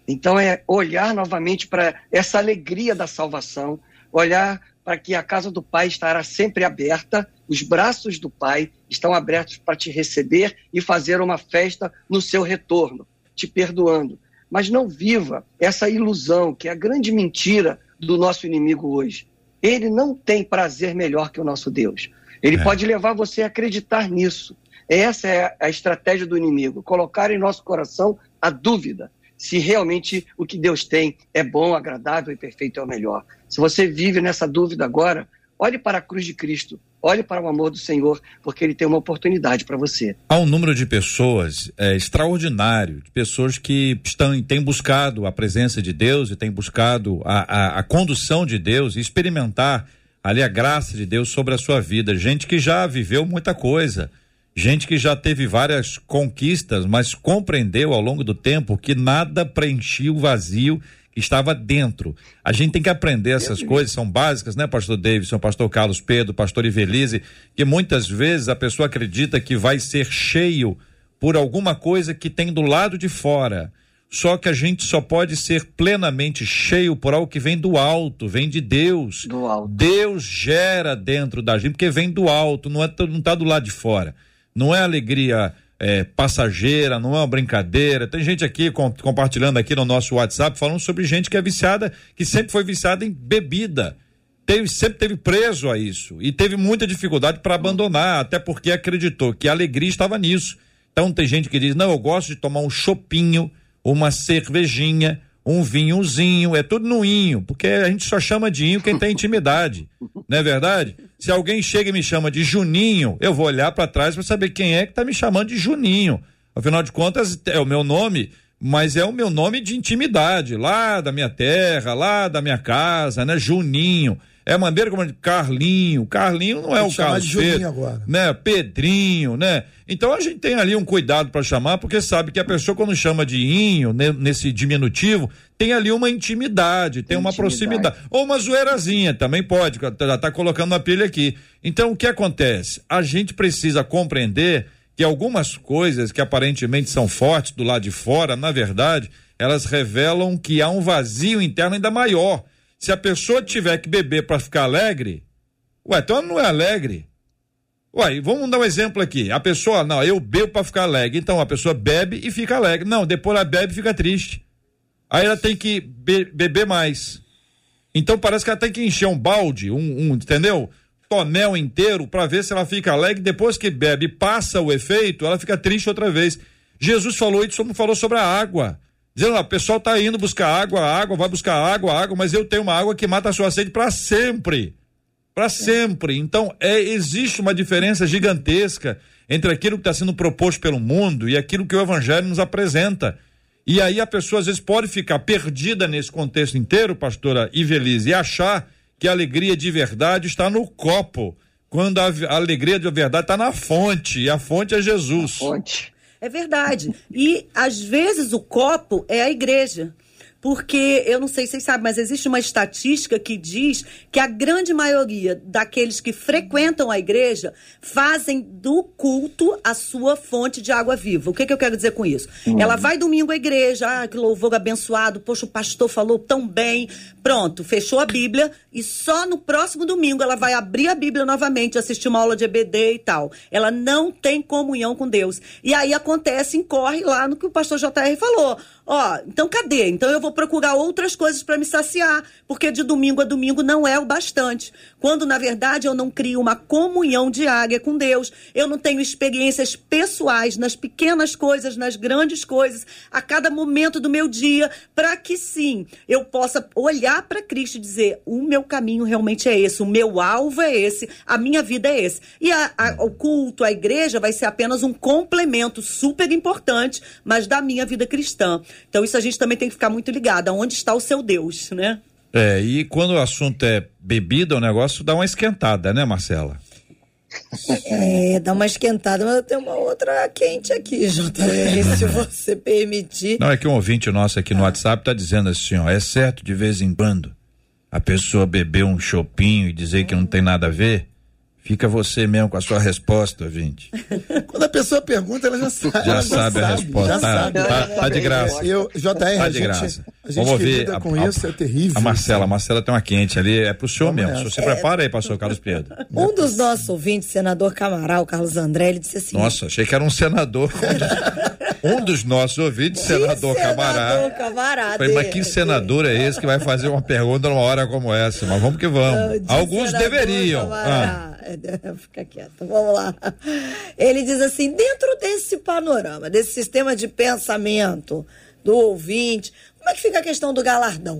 Então é olhar novamente para essa alegria da salvação, olhar para que a casa do Pai estará sempre aberta, os braços do Pai estão abertos para te receber e fazer uma festa no seu retorno, te perdoando. Mas não viva essa ilusão, que é a grande mentira do nosso inimigo hoje. Ele não tem prazer melhor que o nosso Deus. Ele é. pode levar você a acreditar nisso. Essa é a estratégia do inimigo, colocar em nosso coração a dúvida se realmente o que Deus tem é bom, agradável e perfeito é o melhor. Se você vive nessa dúvida agora, olhe para a cruz de Cristo, olhe para o amor do Senhor, porque Ele tem uma oportunidade para você. Há um número de pessoas é, extraordinário, de pessoas que estão, têm buscado a presença de Deus e têm buscado a, a, a condução de Deus e experimentar ali a graça de Deus sobre a sua vida. Gente que já viveu muita coisa, gente que já teve várias conquistas, mas compreendeu ao longo do tempo que nada preenchia o vazio que estava dentro. A gente tem que aprender essas coisas, são básicas, né, pastor Davidson, pastor Carlos Pedro, pastor Ivelise, que muitas vezes a pessoa acredita que vai ser cheio por alguma coisa que tem do lado de fora. Só que a gente só pode ser plenamente cheio por algo que vem do alto, vem de Deus. Do alto. Deus gera dentro da gente, porque vem do alto, não é, não tá do lado de fora. Não é alegria é, passageira, não é uma brincadeira. Tem gente aqui com, compartilhando aqui no nosso WhatsApp, falando sobre gente que é viciada, que sempre foi viciada em bebida. Teve, sempre teve preso a isso e teve muita dificuldade para abandonar, até porque acreditou que a alegria estava nisso. Então tem gente que diz, não, eu gosto de tomar um chopinho, uma cervejinha, um vinhozinho, é tudo no inho, porque a gente só chama de inho quem tem intimidade, não é verdade? Se alguém chega e me chama de Juninho, eu vou olhar para trás para saber quem é que tá me chamando de Juninho. Afinal de contas, é o meu nome, mas é o meu nome de intimidade, lá da minha terra, lá da minha casa, né? Juninho. É a maneira como Carlinho, Carlinho não é o Carlos Pedro, agora, né? Pedrinho, né? Então a gente tem ali um cuidado para chamar, porque sabe que a pessoa quando chama de inho, né, nesse diminutivo, tem ali uma intimidade, tem, tem uma intimidade. Proximidade, ou uma zoeirazinha, também pode, já tá colocando na pilha aqui. Então o que acontece? A gente precisa compreender que algumas coisas que aparentemente são fortes do lado de fora, na verdade, elas revelam que há um vazio interno ainda maior. Se a pessoa tiver que beber para ficar alegre, ué, então ela não é alegre. Ué, vamos dar um exemplo aqui. A pessoa, não, eu bebo para ficar alegre. Então a pessoa bebe e fica alegre. Não, depois ela bebe e fica triste. Aí ela tem que be- beber mais. Então parece que ela tem que encher um balde, um, um entendeu? Tonel inteiro para ver se ela fica alegre. Depois que bebe, passa o efeito, ela fica triste outra vez. Jesus falou isso, falou sobre a água. Dizendo, ó, o pessoal tá indo buscar água, água, vai buscar água, água, mas eu tenho uma água que mata a sua sede para sempre. Para sempre. Então, é, existe uma diferença gigantesca entre aquilo que está sendo proposto pelo mundo e aquilo que o Evangelho nos apresenta. E aí a pessoa às vezes pode ficar perdida nesse contexto inteiro, pastora Ivelise, e achar que a alegria de verdade está no copo, quando a, a alegria de verdade está na fonte, e a fonte é Jesus. A fonte. É verdade. E, às vezes, o copo é a igreja. Porque, eu não sei se vocês sabem, mas existe uma estatística que diz que a grande maioria daqueles que frequentam a igreja fazem do culto a sua fonte de água viva. O que, que eu quero dizer com isso? Uhum. Ela vai domingo à igreja, ah, que louvor abençoado, poxa, o pastor falou tão bem, pronto, fechou a Bíblia e só no próximo domingo ela vai abrir a Bíblia novamente, assistir uma aula de E B D e tal. Ela não tem comunhão com Deus. E aí acontece, incorre lá no que o pastor J R falou. Ó, então cadê? Então eu vou procurar outras coisas para me saciar, porque de domingo a domingo não é o bastante. Quando, na verdade, eu não crio uma comunhão diária com Deus, eu não tenho experiências pessoais nas pequenas coisas, nas grandes coisas, a cada momento do meu dia, para que sim, eu possa olhar para Cristo e dizer, o meu caminho realmente é esse, o meu alvo é esse, a minha vida é esse. E a, a, o culto, a igreja vai ser apenas um complemento super importante, mas da minha vida cristã. Então isso a gente também tem que ficar muito ligado, aonde está o seu Deus, né? É, e quando o assunto é bebida, o negócio dá uma esquentada, né, Marcela? É, dá uma esquentada, mas eu tenho uma outra quente aqui, J R, se você permitir. Não, é que um ouvinte nosso aqui no ah. WhatsApp tá dizendo assim, ó, é certo de vez em quando a pessoa beber um chopinho e dizer que não tem nada a ver? Fica você mesmo com a sua resposta, ouvinte. Quando a pessoa pergunta, ela já sabe. Já ela sabe a resposta. Já tá, sabe. Tá, tá de graça. Eu, J R, tá a de gente, graça. a gente Vamos que ouvir lida a, com a, isso é terrível. A Marcela, a Marcela tem uma quente ali, é pro senhor Vamos mesmo. nessa. Se você prepara aí, pastor Carlos Pedro. Um dos nossos ouvintes, senador Camaral, Carlos André, ele disse assim... Nossa, achei que era um senador. Um dos nossos ouvintes, senador Camará. Senador Camará. Falei, mas que senador é esse que vai fazer uma pergunta numa hora como essa? Mas vamos que vamos. De Alguns senador deveriam. Ah. Fica quieto, vamos lá. Ele diz assim, dentro desse panorama, desse sistema de pensamento do ouvinte, como é que fica a questão do galardão?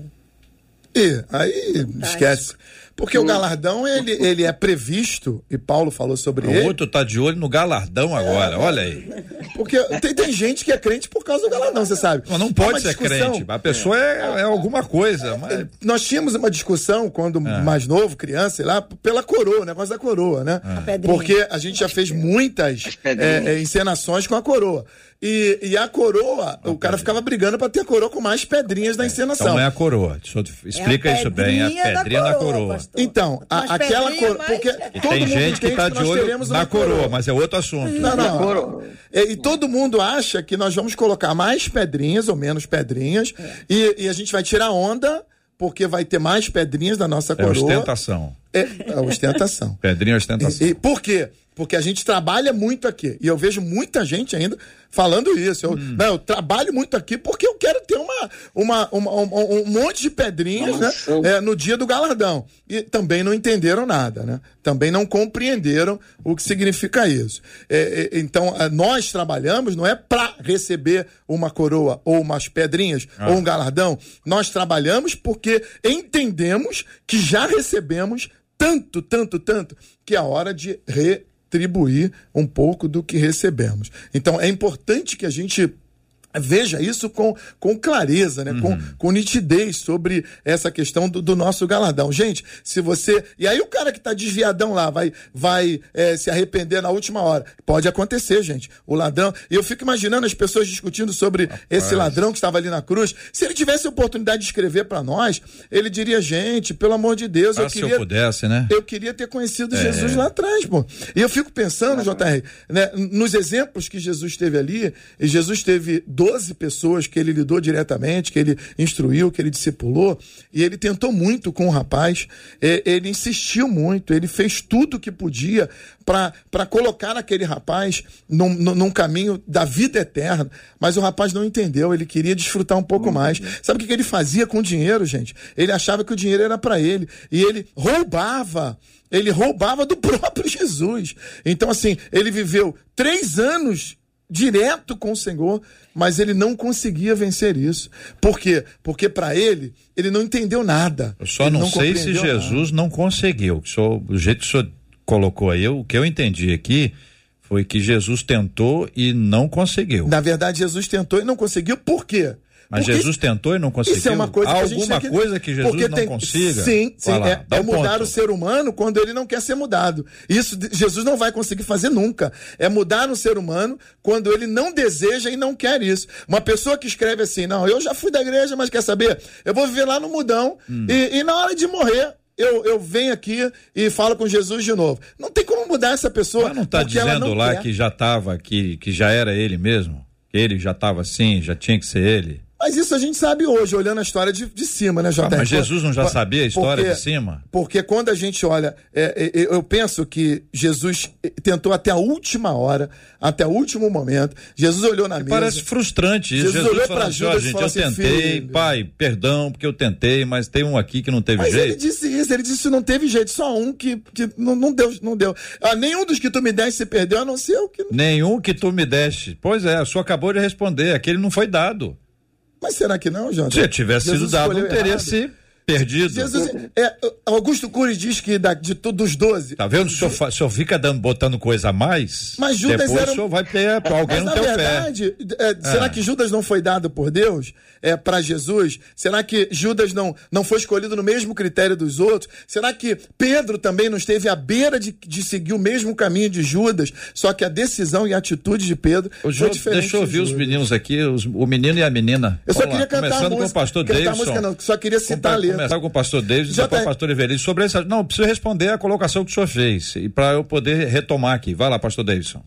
E aí, Tá, esquece. Porque o galardão, ele, ele é previsto, e Paulo falou sobre O ele. outro tá de olho no galardão agora, olha aí. Porque tem, tem gente que é crente por causa do galardão, você sabe. Mas não Há pode uma ser discussão. crente. A pessoa é, é alguma coisa. Mas... Nós tínhamos uma discussão, quando mais novo, criança, sei lá, pela coroa, o negócio da coroa, né? pedrinha. Porque a gente já fez muitas é, é, encenações com a coroa. E, e a coroa, o cara ficava brigando pra ter a coroa com mais pedrinhas na encenação. Então não é a coroa. Deixa eu explica É a isso bem. É a pedrinha da pedrinha da coroa, coroa. pastor. Então, a- Mas aquela pedrinha coroa. mais- Porque E todo tem mundo gente que entende tá nós de olho teremos na uma coroa, mas é outro assunto. Não, não. Coroa. E, e todo mundo acha que nós vamos colocar mais pedrinhas ou menos pedrinhas e, e a gente vai tirar onda porque vai ter mais pedrinhas da nossa É coroa. ostentação. É, é ostentação. Pedrinha é ostentação. E, e por quê? Porque a gente trabalha muito aqui. E eu vejo muita gente ainda falando isso. Eu, Hum. não, eu trabalho muito aqui porque eu quero ter uma, uma, uma- um, um monte de pedrinhas, né, Noção. é, no dia do galardão. E também não entenderam nada, né? Também não compreenderam o que significa isso. É, é, então, é, nós trabalhamos não é para receber uma coroa ou umas pedrinhas Ah. ou um galardão. Nós trabalhamos porque entendemos que já recebemos tanto, tanto, tanto, que é a hora de retribuir um pouco do que recebemos. Então, é importante que a gente veja isso com, com clareza, né? com, com nitidez sobre essa questão do, do nosso galardão. Gente, se você... E aí o cara que tá desviadão lá vai, vai é, se arrepender na última hora. Pode acontecer, gente. O ladrão... E eu fico imaginando as pessoas discutindo sobre esse ladrão que estava ali na cruz. Se ele tivesse a oportunidade de escrever para nós, ele diria, gente, pelo amor de Deus, Ah, eu se queria... eu pudesse, né? Eu queria ter conhecido Jesus lá atrás, pô. E eu fico pensando, J R, né, nos exemplos que Jesus teve ali, e Jesus teve doze pessoas que ele lidou diretamente, que ele instruiu, que ele discipulou, e ele tentou muito com o rapaz, eh, ele insistiu muito, ele fez tudo o que podia para colocar aquele rapaz num, num, num caminho da vida eterna, mas o rapaz não entendeu, ele queria desfrutar um pouco mais. Sabe o que que ele fazia com o dinheiro, gente? Ele achava que o dinheiro era para ele, e ele roubava. Ele roubava do próprio Jesus. Então, assim, ele viveu três anos direto com o Senhor, mas ele não conseguia vencer isso. Por quê? Porque para ele, ele não entendeu nada. Eu só Ele não, sei se compreendeu nada. Jesus não conseguiu. O, senhor, o jeito que o senhor colocou aí, o que eu entendi aqui foi que Jesus tentou e não conseguiu. Na verdade, Jesus tentou e não conseguiu. Por quê? Mas Porque Jesus tentou e não conseguiu? Isso é uma coisa que Há a gente alguma tem que... coisa que Jesus Porque não tem... consiga? Sim, sim. Vai lá, é dá é um mudar ponto. o ser humano quando ele não quer ser mudado. Isso de- Jesus não vai conseguir fazer nunca. É mudar o ser humano quando ele não deseja e não quer isso. Uma pessoa que escreve assim, não, eu já fui da igreja, mas quer saber? Eu vou viver lá no mudão Hum. e, e na hora de morrer... Eu, eu venho aqui e falo com Jesus de novo. Não tem como mudar essa pessoa. Mas não está porque ela dizendo não lá quer. que já estava, que, que já era ele mesmo? Que ele já estava assim, já tinha que ser ele? Mas isso a gente sabe hoje, olhando a história de, de cima, né, J R? Ah, mas Jesus não já Por- sabia a história porque- de cima? Porque quando a gente olha, é, é, eu penso que Jesus tentou até a última hora, até o último momento. Jesus olhou na mesa. Parece frustrante isso. Jesus Jesus, olhou falou pra assim, ó, Judas e gente, falou eu assim, tentei, filho. pai, perdão, porque eu tentei, mas tem um aqui que não teve Mas ele jeito. disse isso, ele disse que não teve jeito, só um que, que não, não deu, não deu. Ah, nenhum dos que tu me deste se perdeu, a não ser o que... Nenhum que tu me deste. Pois é, a sua acabou de responder, aquele não foi dado. Mas será que não, Jota? Se tivesse Jesus sido dado, não escolheu teria errado. se perdido. Jesus, é, Augusto Cury diz que da, de todos os doze... Tá vendo? O senhor, fa- o senhor fica dando, botando coisa a mais, Mas Judas depois era- o senhor vai ter, alguém Mas, não na tem o pé. verdade, é, será que Judas não foi dado por Deus é, para Jesus? Será que Judas não, não foi escolhido no mesmo critério dos outros? Será que Pedro também não esteve à beira de, de seguir o mesmo caminho de Judas, só que a decisão e a atitude de Pedro O foi Jô, diferente deixa eu de ouvir os Judas? meninos aqui, os- o menino e a menina. Eu só Vamos lá, queria cantar a começando música. com o pastor cantar a Davidson. música não, só queria citar a Com- com o letra. começar com o pastor Davis e Já depois tá- o pastor Everilson sobre essa. Não, preciso responder a colocação que o senhor fez e para eu poder retomar aqui. Vai lá, pastor Davidson.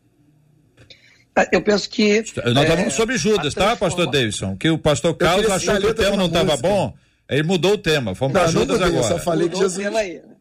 Eu penso que... Nós estamos é, falando sobre Judas, a tá, transforma- pastor Davidson? Que o pastor Carlos queria achou citar a que o letra tema de não uma estava música. bom, ele mudou o tema. Vamos para Não, não Judas mudei, eu agora. só falei que Mudou o Jesus... tema aí, né?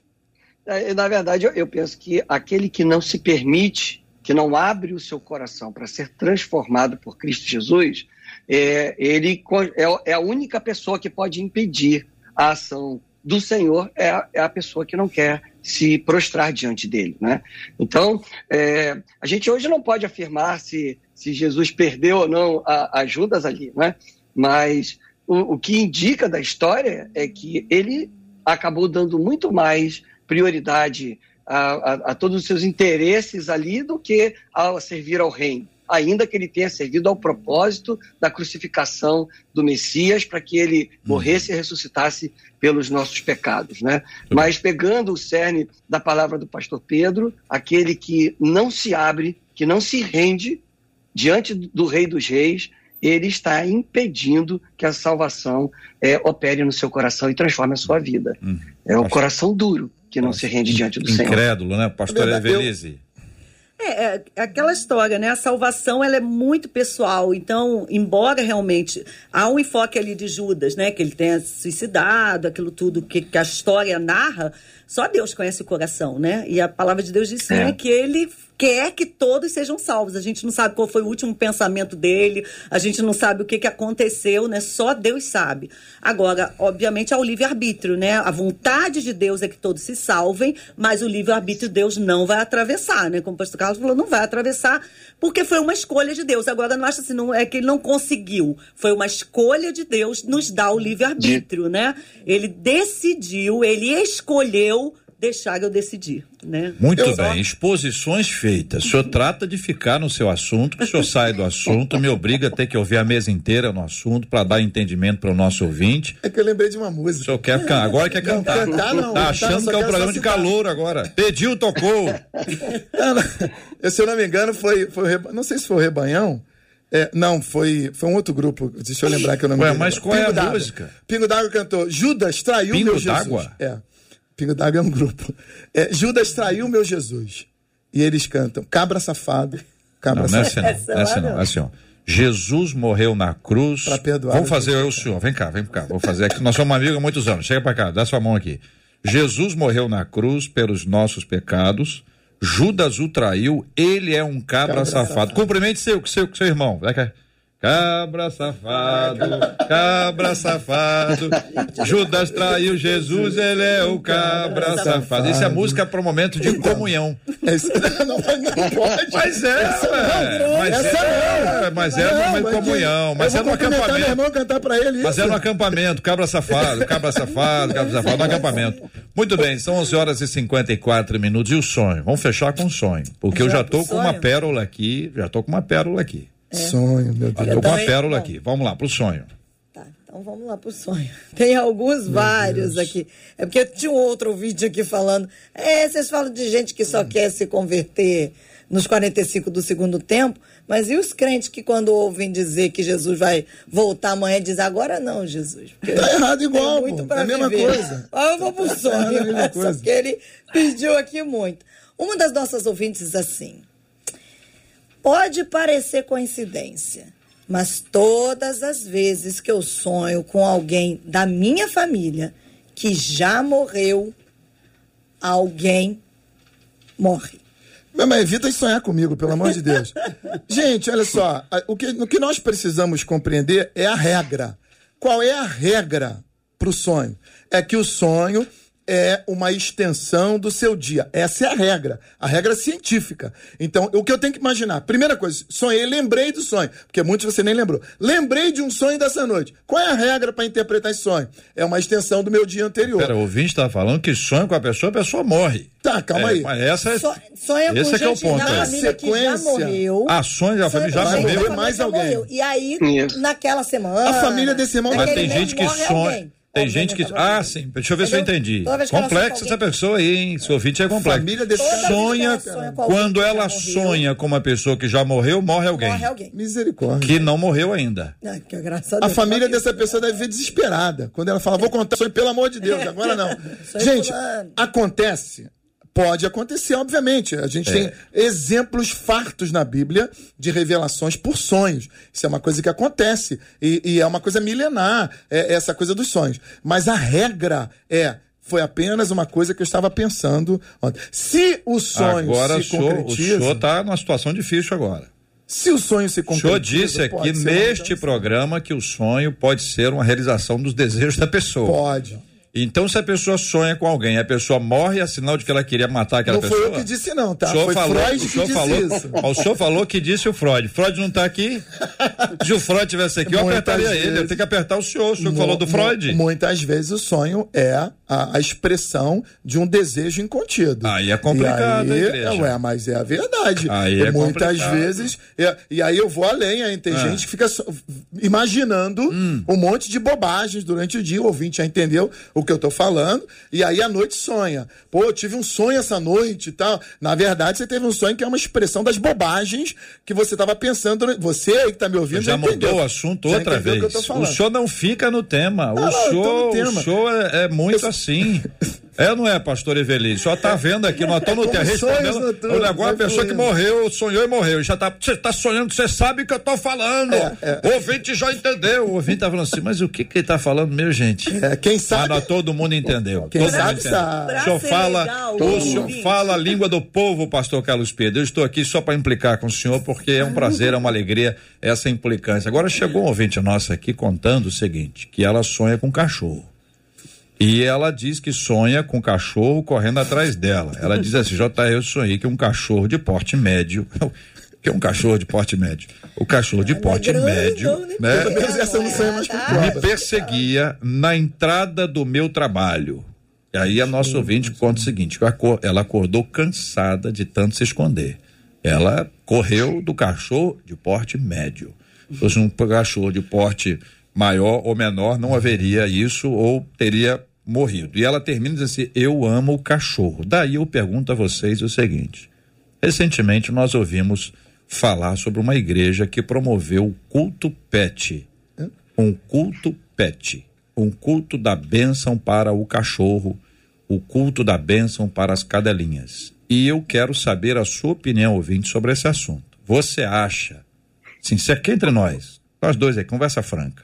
É, Na verdade, eu, eu penso que aquele que não se permite, que não abre o seu coração para ser transformado por Cristo Jesus, é, ele co- é, é a única pessoa que pode impedir a ação do Senhor, é a, é a pessoa que não quer se prostrar diante dele, né? Então, é, a gente hoje não pode afirmar se, se Jesus perdeu ou não a, a Judas ali, né? Mas o, o que indica da história é que ele acabou dando muito mais prioridade a, a, a todos os seus interesses ali do que a servir ao reino, ainda que ele tenha servido ao propósito da crucificação do Messias para que ele morresse e ressuscitasse pelos nossos pecados, né? Mas pegando o cerne da palavra do pastor Pedro, aquele que não se abre, que não se rende diante do Rei dos Reis, ele está impedindo que a salvação é, opere no seu coração e transforme a sua vida. Hum. É o Acho- coração duro que não se rende diante do Senhor. Incrédulo, né, pastor É verdade, eu- Evelise? É, é aquela história, né? A salvação, ela é muito pessoal. Então, embora realmente há um enfoque ali de Judas, né? Que ele tenha suicidado, aquilo tudo que, que a história narra, só Deus conhece o coração, né? E a palavra de Deus diz sim, É. que ele quer que todos sejam salvos. A gente não sabe qual foi o último pensamento dele, a gente não sabe o que, que aconteceu, né? Só Deus sabe. Agora, obviamente, há o livre-arbítrio, né? A vontade de Deus é que todos se salvem, mas o livre-arbítrio Deus não vai atravessar, né? Como o pastor Carlos falou, não vai atravessar, porque foi uma escolha de Deus. Agora, não acho assim, não é que ele não conseguiu. Foi uma escolha de Deus nos dar o livre-arbítrio, né? Ele decidiu, ele escolheu deixar eu decidir, né? Muito Eu- bem, exposições feitas. O senhor trata de ficar no seu assunto, que o senhor sai do assunto, me obriga a ter que ouvir a mesa inteira no assunto para dar entendimento para o nosso ouvinte. É que eu lembrei de uma O música. senhor quer can- agora quer Não, cantar. cantar não, Tá cantar achando não, só que é um quero programa só de citar. calor agora. Pediu, tocou. Ah, não. Se eu não me engano, foi, foi o Reba- não sei se foi o Rebanhão. É, não, foi, foi um outro grupo. Deixa eu lembrar que eu não me Ué, lembro. mas qual é a Pingo d'Água. música? Pingo d'Água cantou. Judas traiu Pingo meu Jesus. d'Água? É. Pingo d'Água é um grupo. É, Judas traiu meu Jesus. E eles cantam. Cabra safado. Cabra Não, não é safado. assim não. Não é assim não. É assim, ó. Jesus morreu na cruz. Pra perdoar Vamos os fazer eu e o senhor. Vem cá, vem cá. Vou fazer aqui. Nós somos amigos há muitos anos. Chega pra cá, dá sua mão aqui. Jesus morreu na cruz pelos nossos pecados. Judas o traiu. Ele é um cabra, Cabra safado. safado. Cumprimente seu, seu, seu irmão. Vai cá. Cabra safado, cabra safado, Judas traiu Jesus, ele é o cabra safado. Isso é música para o momento de comunhão. É isso. Não, mas não pode. Mas é, ué. Mas Essa é, mas é no Não, momento de mas comunhão, mas eu é vou no cumprimentar meu acampamento. irmão, cantar pra ele Mas isso. é no acampamento, cabra safado, cabra safado, cabra safado, no acampamento. Muito bem, são onze horas e cinquenta e quatro minutos. E o sonho? Vamos fechar com o sonho. Porque eu Já já tô pro com uma sonho? pérola aqui, já tô com uma pérola aqui. Sonho, meu Deus. Já tô com uma também- pérola bom. aqui. Vamos lá, pro sonho. Tá, então vamos lá pro sonho. Tem alguns, vários aqui. É porque tinha um outro vídeo aqui falando. É, vocês falam de gente que só quer se converter nos quarenta e cinco do segundo tempo, mas e os crentes que quando ouvem dizer que Jesus vai voltar amanhã, dizem agora não, Jesus. porque Tá errado igual, tem muito pô. pra É a mesma viver. coisa. Ah, eu vou pro errado, é a sonho. mesma Só coisa. porque ele pediu aqui muito. Uma das nossas ouvintes diz assim: pode parecer coincidência, mas todas as vezes que eu sonho com alguém da minha família que já morreu, alguém morre. Mas, mas evita de sonhar comigo, pelo amor de Deus. Gente, olha só. a- O que, o que nós precisamos compreender é a regra. Qual é a regra para o sonho? É que o sonho é uma extensão do seu dia. Essa é a regra. A regra científica. Então, o que eu tenho que imaginar? Primeira coisa, sonhei, lembrei do sonho. Porque muitos você nem lembrou. Lembrei de um sonho dessa noite. Qual é a regra para interpretar esse sonho? É uma extensão do meu dia anterior. Pera, o ouvinte tá falando que sonha com a pessoa, a pessoa morre. Tá, calma É, aí. mas essa é. So- sonha com esse é que é o gente ponto. da é. família que já Sequência. morreu. Ah, sonho da família já Sonha com gente morreu. da morreu. família mais que já alguém. morreu. E aí, Isso. naquela semana... A família desse irmão Mas naquele tem mês gente que morre sonha. alguém. Tem gente que. Ah, sim, deixa eu ver se eu entendi. Complexa essa pessoa aí, hein? Seu ouvinte é complexo. Família desse sonha, sonha com quando ela já sonha com uma pessoa que já morreu, morre alguém. Morre alguém. Misericórdia. Que não morreu ainda. Não, que graças a A Deus. família dessa pessoa deve ver desesperada. Quando ela fala, vou contar sonho, pelo amor de Deus, agora não. Sonho Gente, fulano. acontece. Pode acontecer, obviamente. A gente É. tem exemplos fartos na Bíblia de revelações por sonhos. Isso é uma coisa que acontece. E, e é uma coisa milenar, é, essa coisa dos sonhos. Mas a regra é. Foi apenas uma coisa que eu estava pensando ontem. Se o sonho Agora o se senhor, o concretiza. senhor tá numa situação difícil agora. Se o sonho se O concretiza. senhor disse aqui pode ser uma neste mudança. programa que o sonho pode ser uma realização dos desejos da pessoa. Pode. Então, se a pessoa sonha com alguém, a pessoa morre, é sinal de que ela queria matar aquela Não pessoa. foi eu que disse, não, tá? O senhor Foi falou, Freud o que senhor disse falou, isso. O senhor falou que disse o Freud. Freud não está aqui? Se o Freud tivesse aqui, eu Muitas apertaria ele. Eu vezes- tenho que apertar o senhor. O senhor que Mu- falou do mu- Freud. Muitas vezes o sonho é a, a expressão de um desejo incontido. Aí é complicado, e aí, hein, igreja? Ué, mas é a verdade. Aí E é muitas complicado. vezes. é- e aí eu vou além, aí tem Ah. gente que fica so- imaginando Hum. um monte de bobagens durante o dia. O ouvinte já entendeu o que eu tô falando. E aí à noite sonha. Pô, eu tive um sonho essa noite e tal. Na verdade, você teve um sonho que é uma expressão das bobagens que você estava pensando. Você aí que tá me ouvindo Já entendeu. mudou o assunto Já outra entendeu vez. o que eu tô falando. O senhor não fica no tema. Não, o não, eu tô senhor, no tema. o senhor é, é muito Eu- assim. É ou não é, pastor Evelise? O senhor tá vendo aqui, nós estamos no Como tema. sonhos Respondendo noturnos, o negócio, a vai pessoa que fluindo. morreu, sonhou e morreu. Já tá, você tá sonhando, você sabe o que eu tô falando. É, O ouvinte já entendeu. O ouvinte tá falando assim, mas o que que ele tá falando mesmo, gente? É, quem Mas sabe. nós, todo mundo entendeu. Quem todo sabe, mundo entendeu. sabe. O senhor Pra ser fala, legal, o senhor ouvinte. fala a língua do povo, pastor Carlos Pedro. Eu estou aqui só para implicar com o senhor, porque é um prazer, é uma alegria essa implicância. Agora chegou um ouvinte nossa aqui contando o seguinte, que ela sonha com cachorro. E ela diz que sonha com cachorro correndo atrás dela. Ela diz assim, J R, eu sonhei que um cachorro de porte médio, que é um cachorro de porte médio? O cachorro de porte grande, médio, não, nem né? Pelo menos essa eu não sonho mais com Me prova. perseguia na entrada do meu trabalho. E aí a nossa ouvinte conta o seguinte, que acor- ela acordou cansada de tanto se esconder. Ela correu do cachorro de porte médio. Se fosse um cachorro de porte maior ou menor, não haveria isso ou teria morrido. E ela termina dizendo assim, eu amo o cachorro. Daí eu pergunto a vocês o seguinte, recentemente nós ouvimos falar sobre uma igreja que promoveu o culto pet. Um culto pet. Um culto da bênção para o cachorro, o culto da bênção para as cadelinhas. E eu quero saber a sua opinião, ouvinte, sobre esse assunto. Você acha, sim, se aqui entre nós, nós dois aí, conversa franca,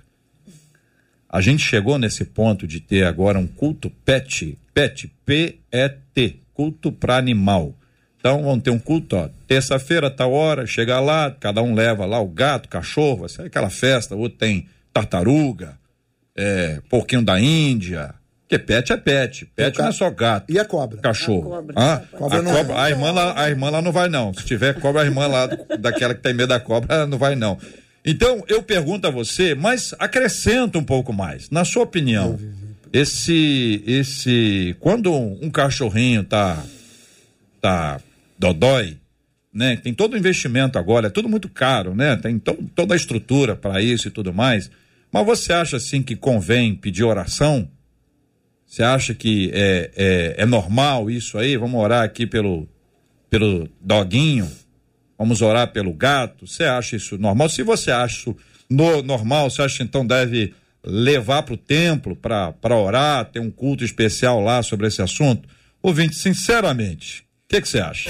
a gente chegou nesse ponto de ter agora um culto pet, pet, P E T, culto para animal. Então vamos ter um culto, ó, terça-feira, tal hora, chega lá, cada um leva lá o gato, cachorro, vai ser aquela festa, o outro tem tartaruga, é, porquinho da Índia, porque pet é pet, pet não é só gato. E a cobra? Cachorro. A cobra. Ah, Cobra a, não cobra, é. a, irmã lá, a irmã lá não vai não. Se tiver cobra, a irmã lá daquela que tem medo da cobra, ela não vai não. Então, eu pergunto a você, mas acrescenta um pouco mais. Na sua opinião, esse, esse, quando um, um cachorrinho tá, tá dodói, né? Tem todo o investimento agora, é tudo muito caro, né? Tem to, toda a estrutura para isso e tudo mais. Mas você acha assim que convém pedir oração? Você acha que é, é, é normal isso aí? Vamos orar aqui pelo, pelo doguinho? Vamos orar pelo gato? Você acha isso normal? Se você acha isso no, normal, você acha que então deve levar para o templo para orar, ter um culto especial lá sobre esse assunto? Ouvinte, sinceramente, o que que você acha?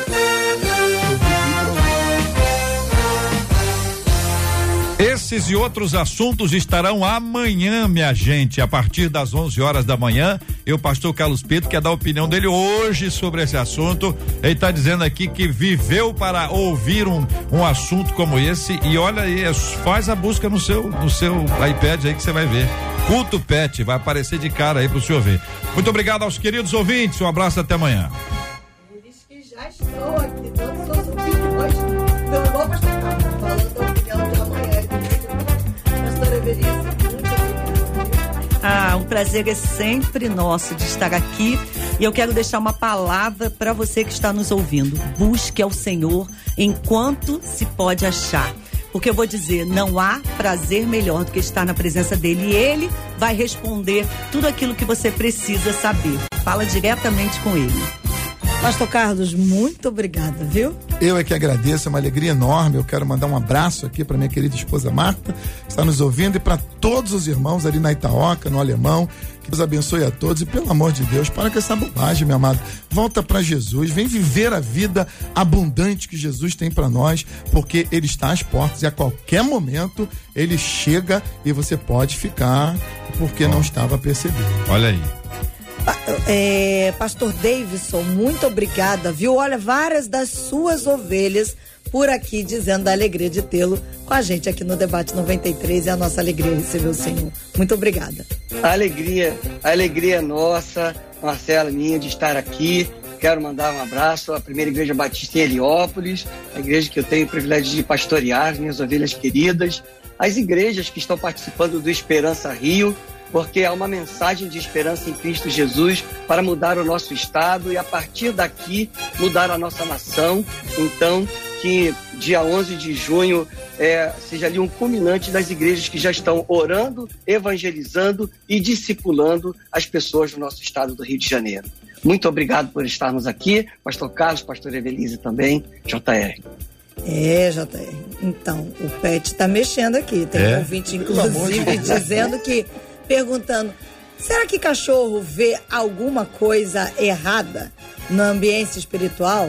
Esses e outros assuntos estarão amanhã, minha gente, a partir das onze horas da manhã. Eu, pastor Carlos Pedro, quer dar a opinião dele hoje sobre esse assunto. Ele está dizendo aqui que viveu para ouvir um, um assunto como esse. E olha aí, faz a busca no seu, no seu iPad aí que você vai ver. Culto Pet, vai aparecer de cara aí pro senhor ver. Muito obrigado aos queridos ouvintes, um abraço até amanhã. Eles que já estão aqui, todos os nossos ouvintes, pelo igual pastor Carlos, falando da opinião de amanhã. Pastora Evelise, muito obrigada. Ah, um prazer é sempre nosso de estar aqui. E eu quero deixar uma palavra para você que está nos ouvindo. Busque ao Senhor enquanto se pode achar. porque eu vou dizer, não há prazer melhor do que estar na presença dele, e ele vai responder tudo aquilo que você precisa saber. Fala diretamente com ele. Pastor Carlos, muito obrigada, viu? Eu é que agradeço, é uma alegria enorme. Eu quero mandar um abraço aqui para minha querida esposa Marta, que está nos ouvindo, e para todos os irmãos ali na Itaoca, no Alemão. Que Deus abençoe a todos e, pelo amor de Deus, para com essa bobagem, meu amado. Volta para Jesus, vem viver a vida abundante que Jesus tem para nós, porque ele está às portas e a qualquer momento ele chega e você pode ficar porque oh. não estava percebendo. Olha aí. É, Pastor Davidson, muito obrigada, viu? Olha, várias das suas ovelhas por aqui dizendo da alegria de tê-lo com a gente aqui no Debate noventa e três, e a nossa alegria receber o Senhor. Muito obrigada. A alegria, a alegria nossa, Marcela, minha, de estar aqui. Quero mandar um abraço à Primeira Igreja Batista em Heliópolis, a igreja que eu tenho o privilégio de pastorear, minhas ovelhas queridas, as igrejas que estão participando do Esperança Rio, porque há uma mensagem de esperança em Cristo Jesus para mudar o nosso estado e, a partir daqui, mudar a nossa nação. Então, que dia onze de junho é, seja ali um culminante das igrejas que já estão orando, evangelizando e discipulando as pessoas do nosso estado do Rio de Janeiro. Muito obrigado por estarmos aqui, Pastor Carlos, Pastor Evelise também, J R. É, J R. Então, o Pet está mexendo aqui. Tem é? um ouvinte, inclusive, dizendo que... perguntando, será que cachorro vê alguma coisa errada no ambiente espiritual?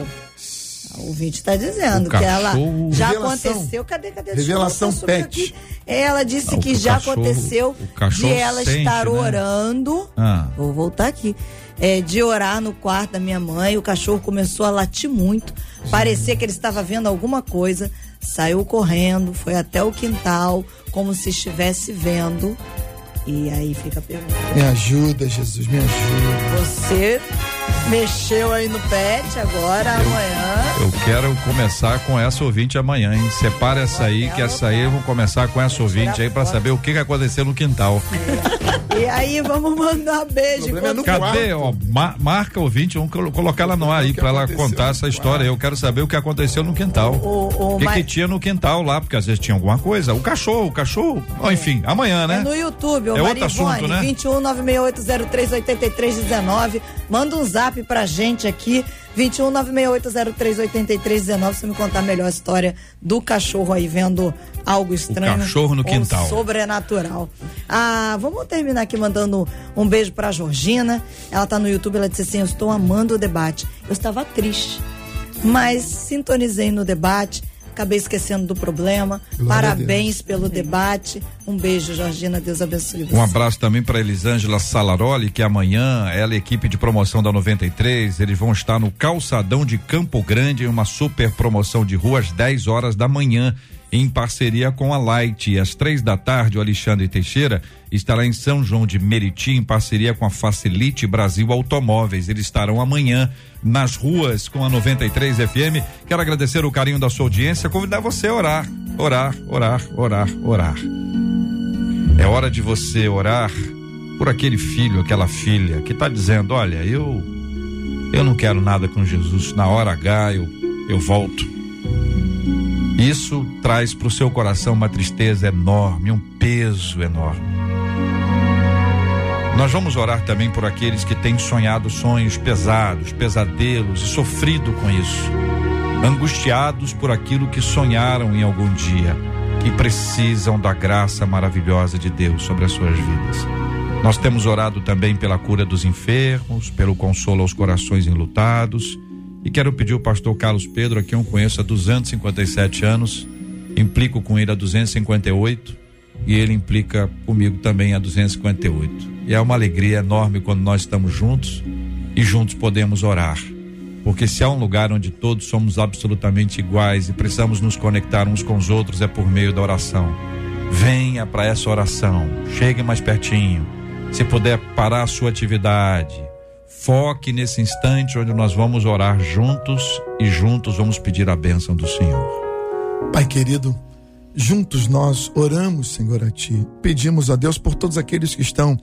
O ouvinte está dizendo que ela já Revelação. aconteceu. Cadê, cadê? Revelação Pet. Ela disse Não, que já cachorro, aconteceu de ela sente, estar né? orando. Ah. Vou voltar aqui. É, de orar no quarto da minha mãe, o cachorro começou a latir muito. Sim. Parecia que ele estava vendo alguma coisa. Saiu correndo, foi até o quintal, como se estivesse vendo. E aí fica a pergunta. Me ajuda, Jesus, me ajuda. Você mexeu aí no pet agora, eu, amanhã. Eu quero começar com essa ouvinte amanhã, hein? Separa essa aí, que essa aí eu vou começar com essa ouvinte aí pra saber o que que aconteceu no quintal. É. E aí vamos mandar beijo. É Cadê? Ó, ma, marca ouvinte, vamos colocar ela no ar aí pra ela contar essa história. Eu quero saber o que aconteceu no quintal. O, o, o que, mas... que tinha no quintal lá, porque às vezes tinha alguma coisa. O cachorro, o cachorro. É. Ó, enfim, amanhã, né? É no YouTube, o é outro assunto, né? vinte e um, nove seis oito zero três, oito três um nove. Manda um zap pra gente aqui, vinte e um, nove seis oito zero três, oito três um nove, se me contar melhor a história do cachorro aí vendo algo estranho. O cachorro no quintal. Sobrenatural. Ah, vamos terminar aqui mandando um beijo pra Georgina. Ela tá no YouTube, ela disse assim: eu estou amando o debate. Eu estava triste, mas sintonizei no debate. Acabei esquecendo do problema. Glória Parabéns pelo debate. Um beijo, Georgina. Deus abençoe você. Um abraço também para Elisângela Salaroli, que amanhã ela e a equipe de promoção da noventa e três, eles vão estar no Calçadão de Campo Grande em uma super promoção de rua às dez horas da manhã, em parceria com a Light. E às três da tarde, o Alexandre Teixeira estará em São João de Meriti, em parceria com a Facilite Brasil Automóveis. Eles estarão amanhã nas ruas com a noventa e três F M. Quero agradecer o carinho da sua audiência, convidar você a orar, orar, orar, orar, orar. É hora de você orar por aquele filho, aquela filha que está dizendo: olha, eu eu não quero nada com Jesus, na hora H eu, eu volto. Isso traz para o seu coração uma tristeza enorme, um peso enorme. Nós vamos orar também por aqueles que têm sonhado sonhos pesados, pesadelos e sofrido com isso, angustiados por aquilo que sonharam em algum dia, que precisam da graça maravilhosa de Deus sobre as suas vidas. Nós temos orado também pela cura dos enfermos, pelo consolo aos corações enlutados. E quero pedir ao pastor Carlos Pedro, a quem eu conheço há duzentos e cinquenta e sete anos, implico com ele há duzentos e cinquenta e oito, e ele implica comigo também há duzentos e cinquenta e oito. E é uma alegria enorme quando nós estamos juntos e juntos podemos orar. Porque se há um lugar onde todos somos absolutamente iguais e precisamos nos conectar uns com os outros, é por meio da oração. Venha para essa oração, chegue mais pertinho. Se puder parar a sua atividade, foque nesse instante onde nós vamos orar juntos e juntos vamos pedir a bênção do Senhor. Pai querido, juntos nós oramos, Senhor, a Ti. Pedimos a Deus por todos aqueles que estão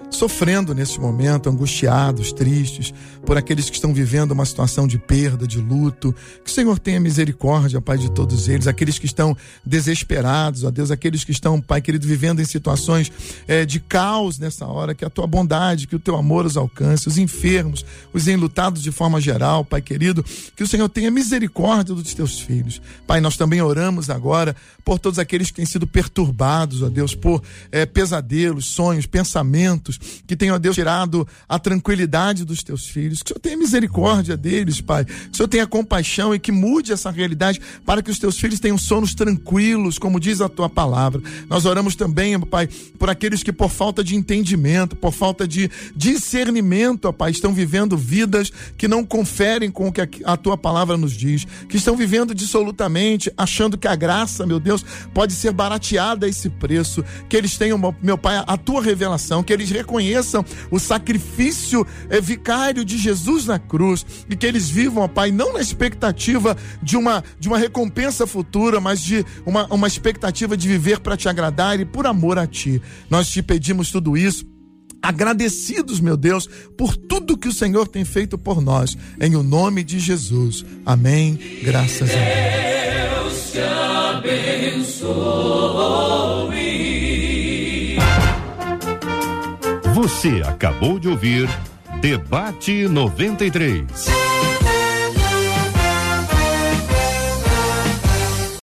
sofrendo nesse momento, angustiados, tristes, por aqueles que estão vivendo uma situação de perda, de luto. Que o Senhor tenha misericórdia, Pai, de todos eles, aqueles que estão desesperados, ó Deus, aqueles que estão, Pai querido, vivendo em situações é, de caos nessa hora, que a tua bondade, que o teu amor os alcance, os enfermos, os enlutados de forma geral, Pai querido, que o Senhor tenha misericórdia dos teus filhos. Pai, nós também oramos agora por todos aqueles que têm sido perturbados, ó Deus, por é, pesadelos, sonhos, pensamentos, que tenham, ó Deus, tirado a tranquilidade dos teus filhos. Que o Senhor tenha misericórdia deles, Pai. Que o Senhor tenha compaixão e que mude essa realidade para que os teus filhos tenham sonos tranquilos, como diz a tua palavra. Nós oramos também, Pai, por aqueles que por falta de entendimento, por falta de discernimento, ó Pai, estão vivendo vidas que não conferem com o que a tua palavra nos diz, que estão vivendo dissolutamente, achando que a graça, meu Deus, pode ser barateada a esse preço. Que eles tenham, meu Pai, a tua revelação, que eles reconheçam o sacrifício é, vicário de Jesus na cruz, e que eles vivam, ó Pai, não na expectativa de uma, de uma recompensa futura, mas de uma, uma expectativa de viver para te agradar e por amor a ti. Nós te pedimos tudo isso, agradecidos, meu Deus, por tudo que o Senhor tem feito por nós, em o nome de Jesus. Amém. Graças a Deus. Deus te abençoe. Você acabou de ouvir Debate noventa e três.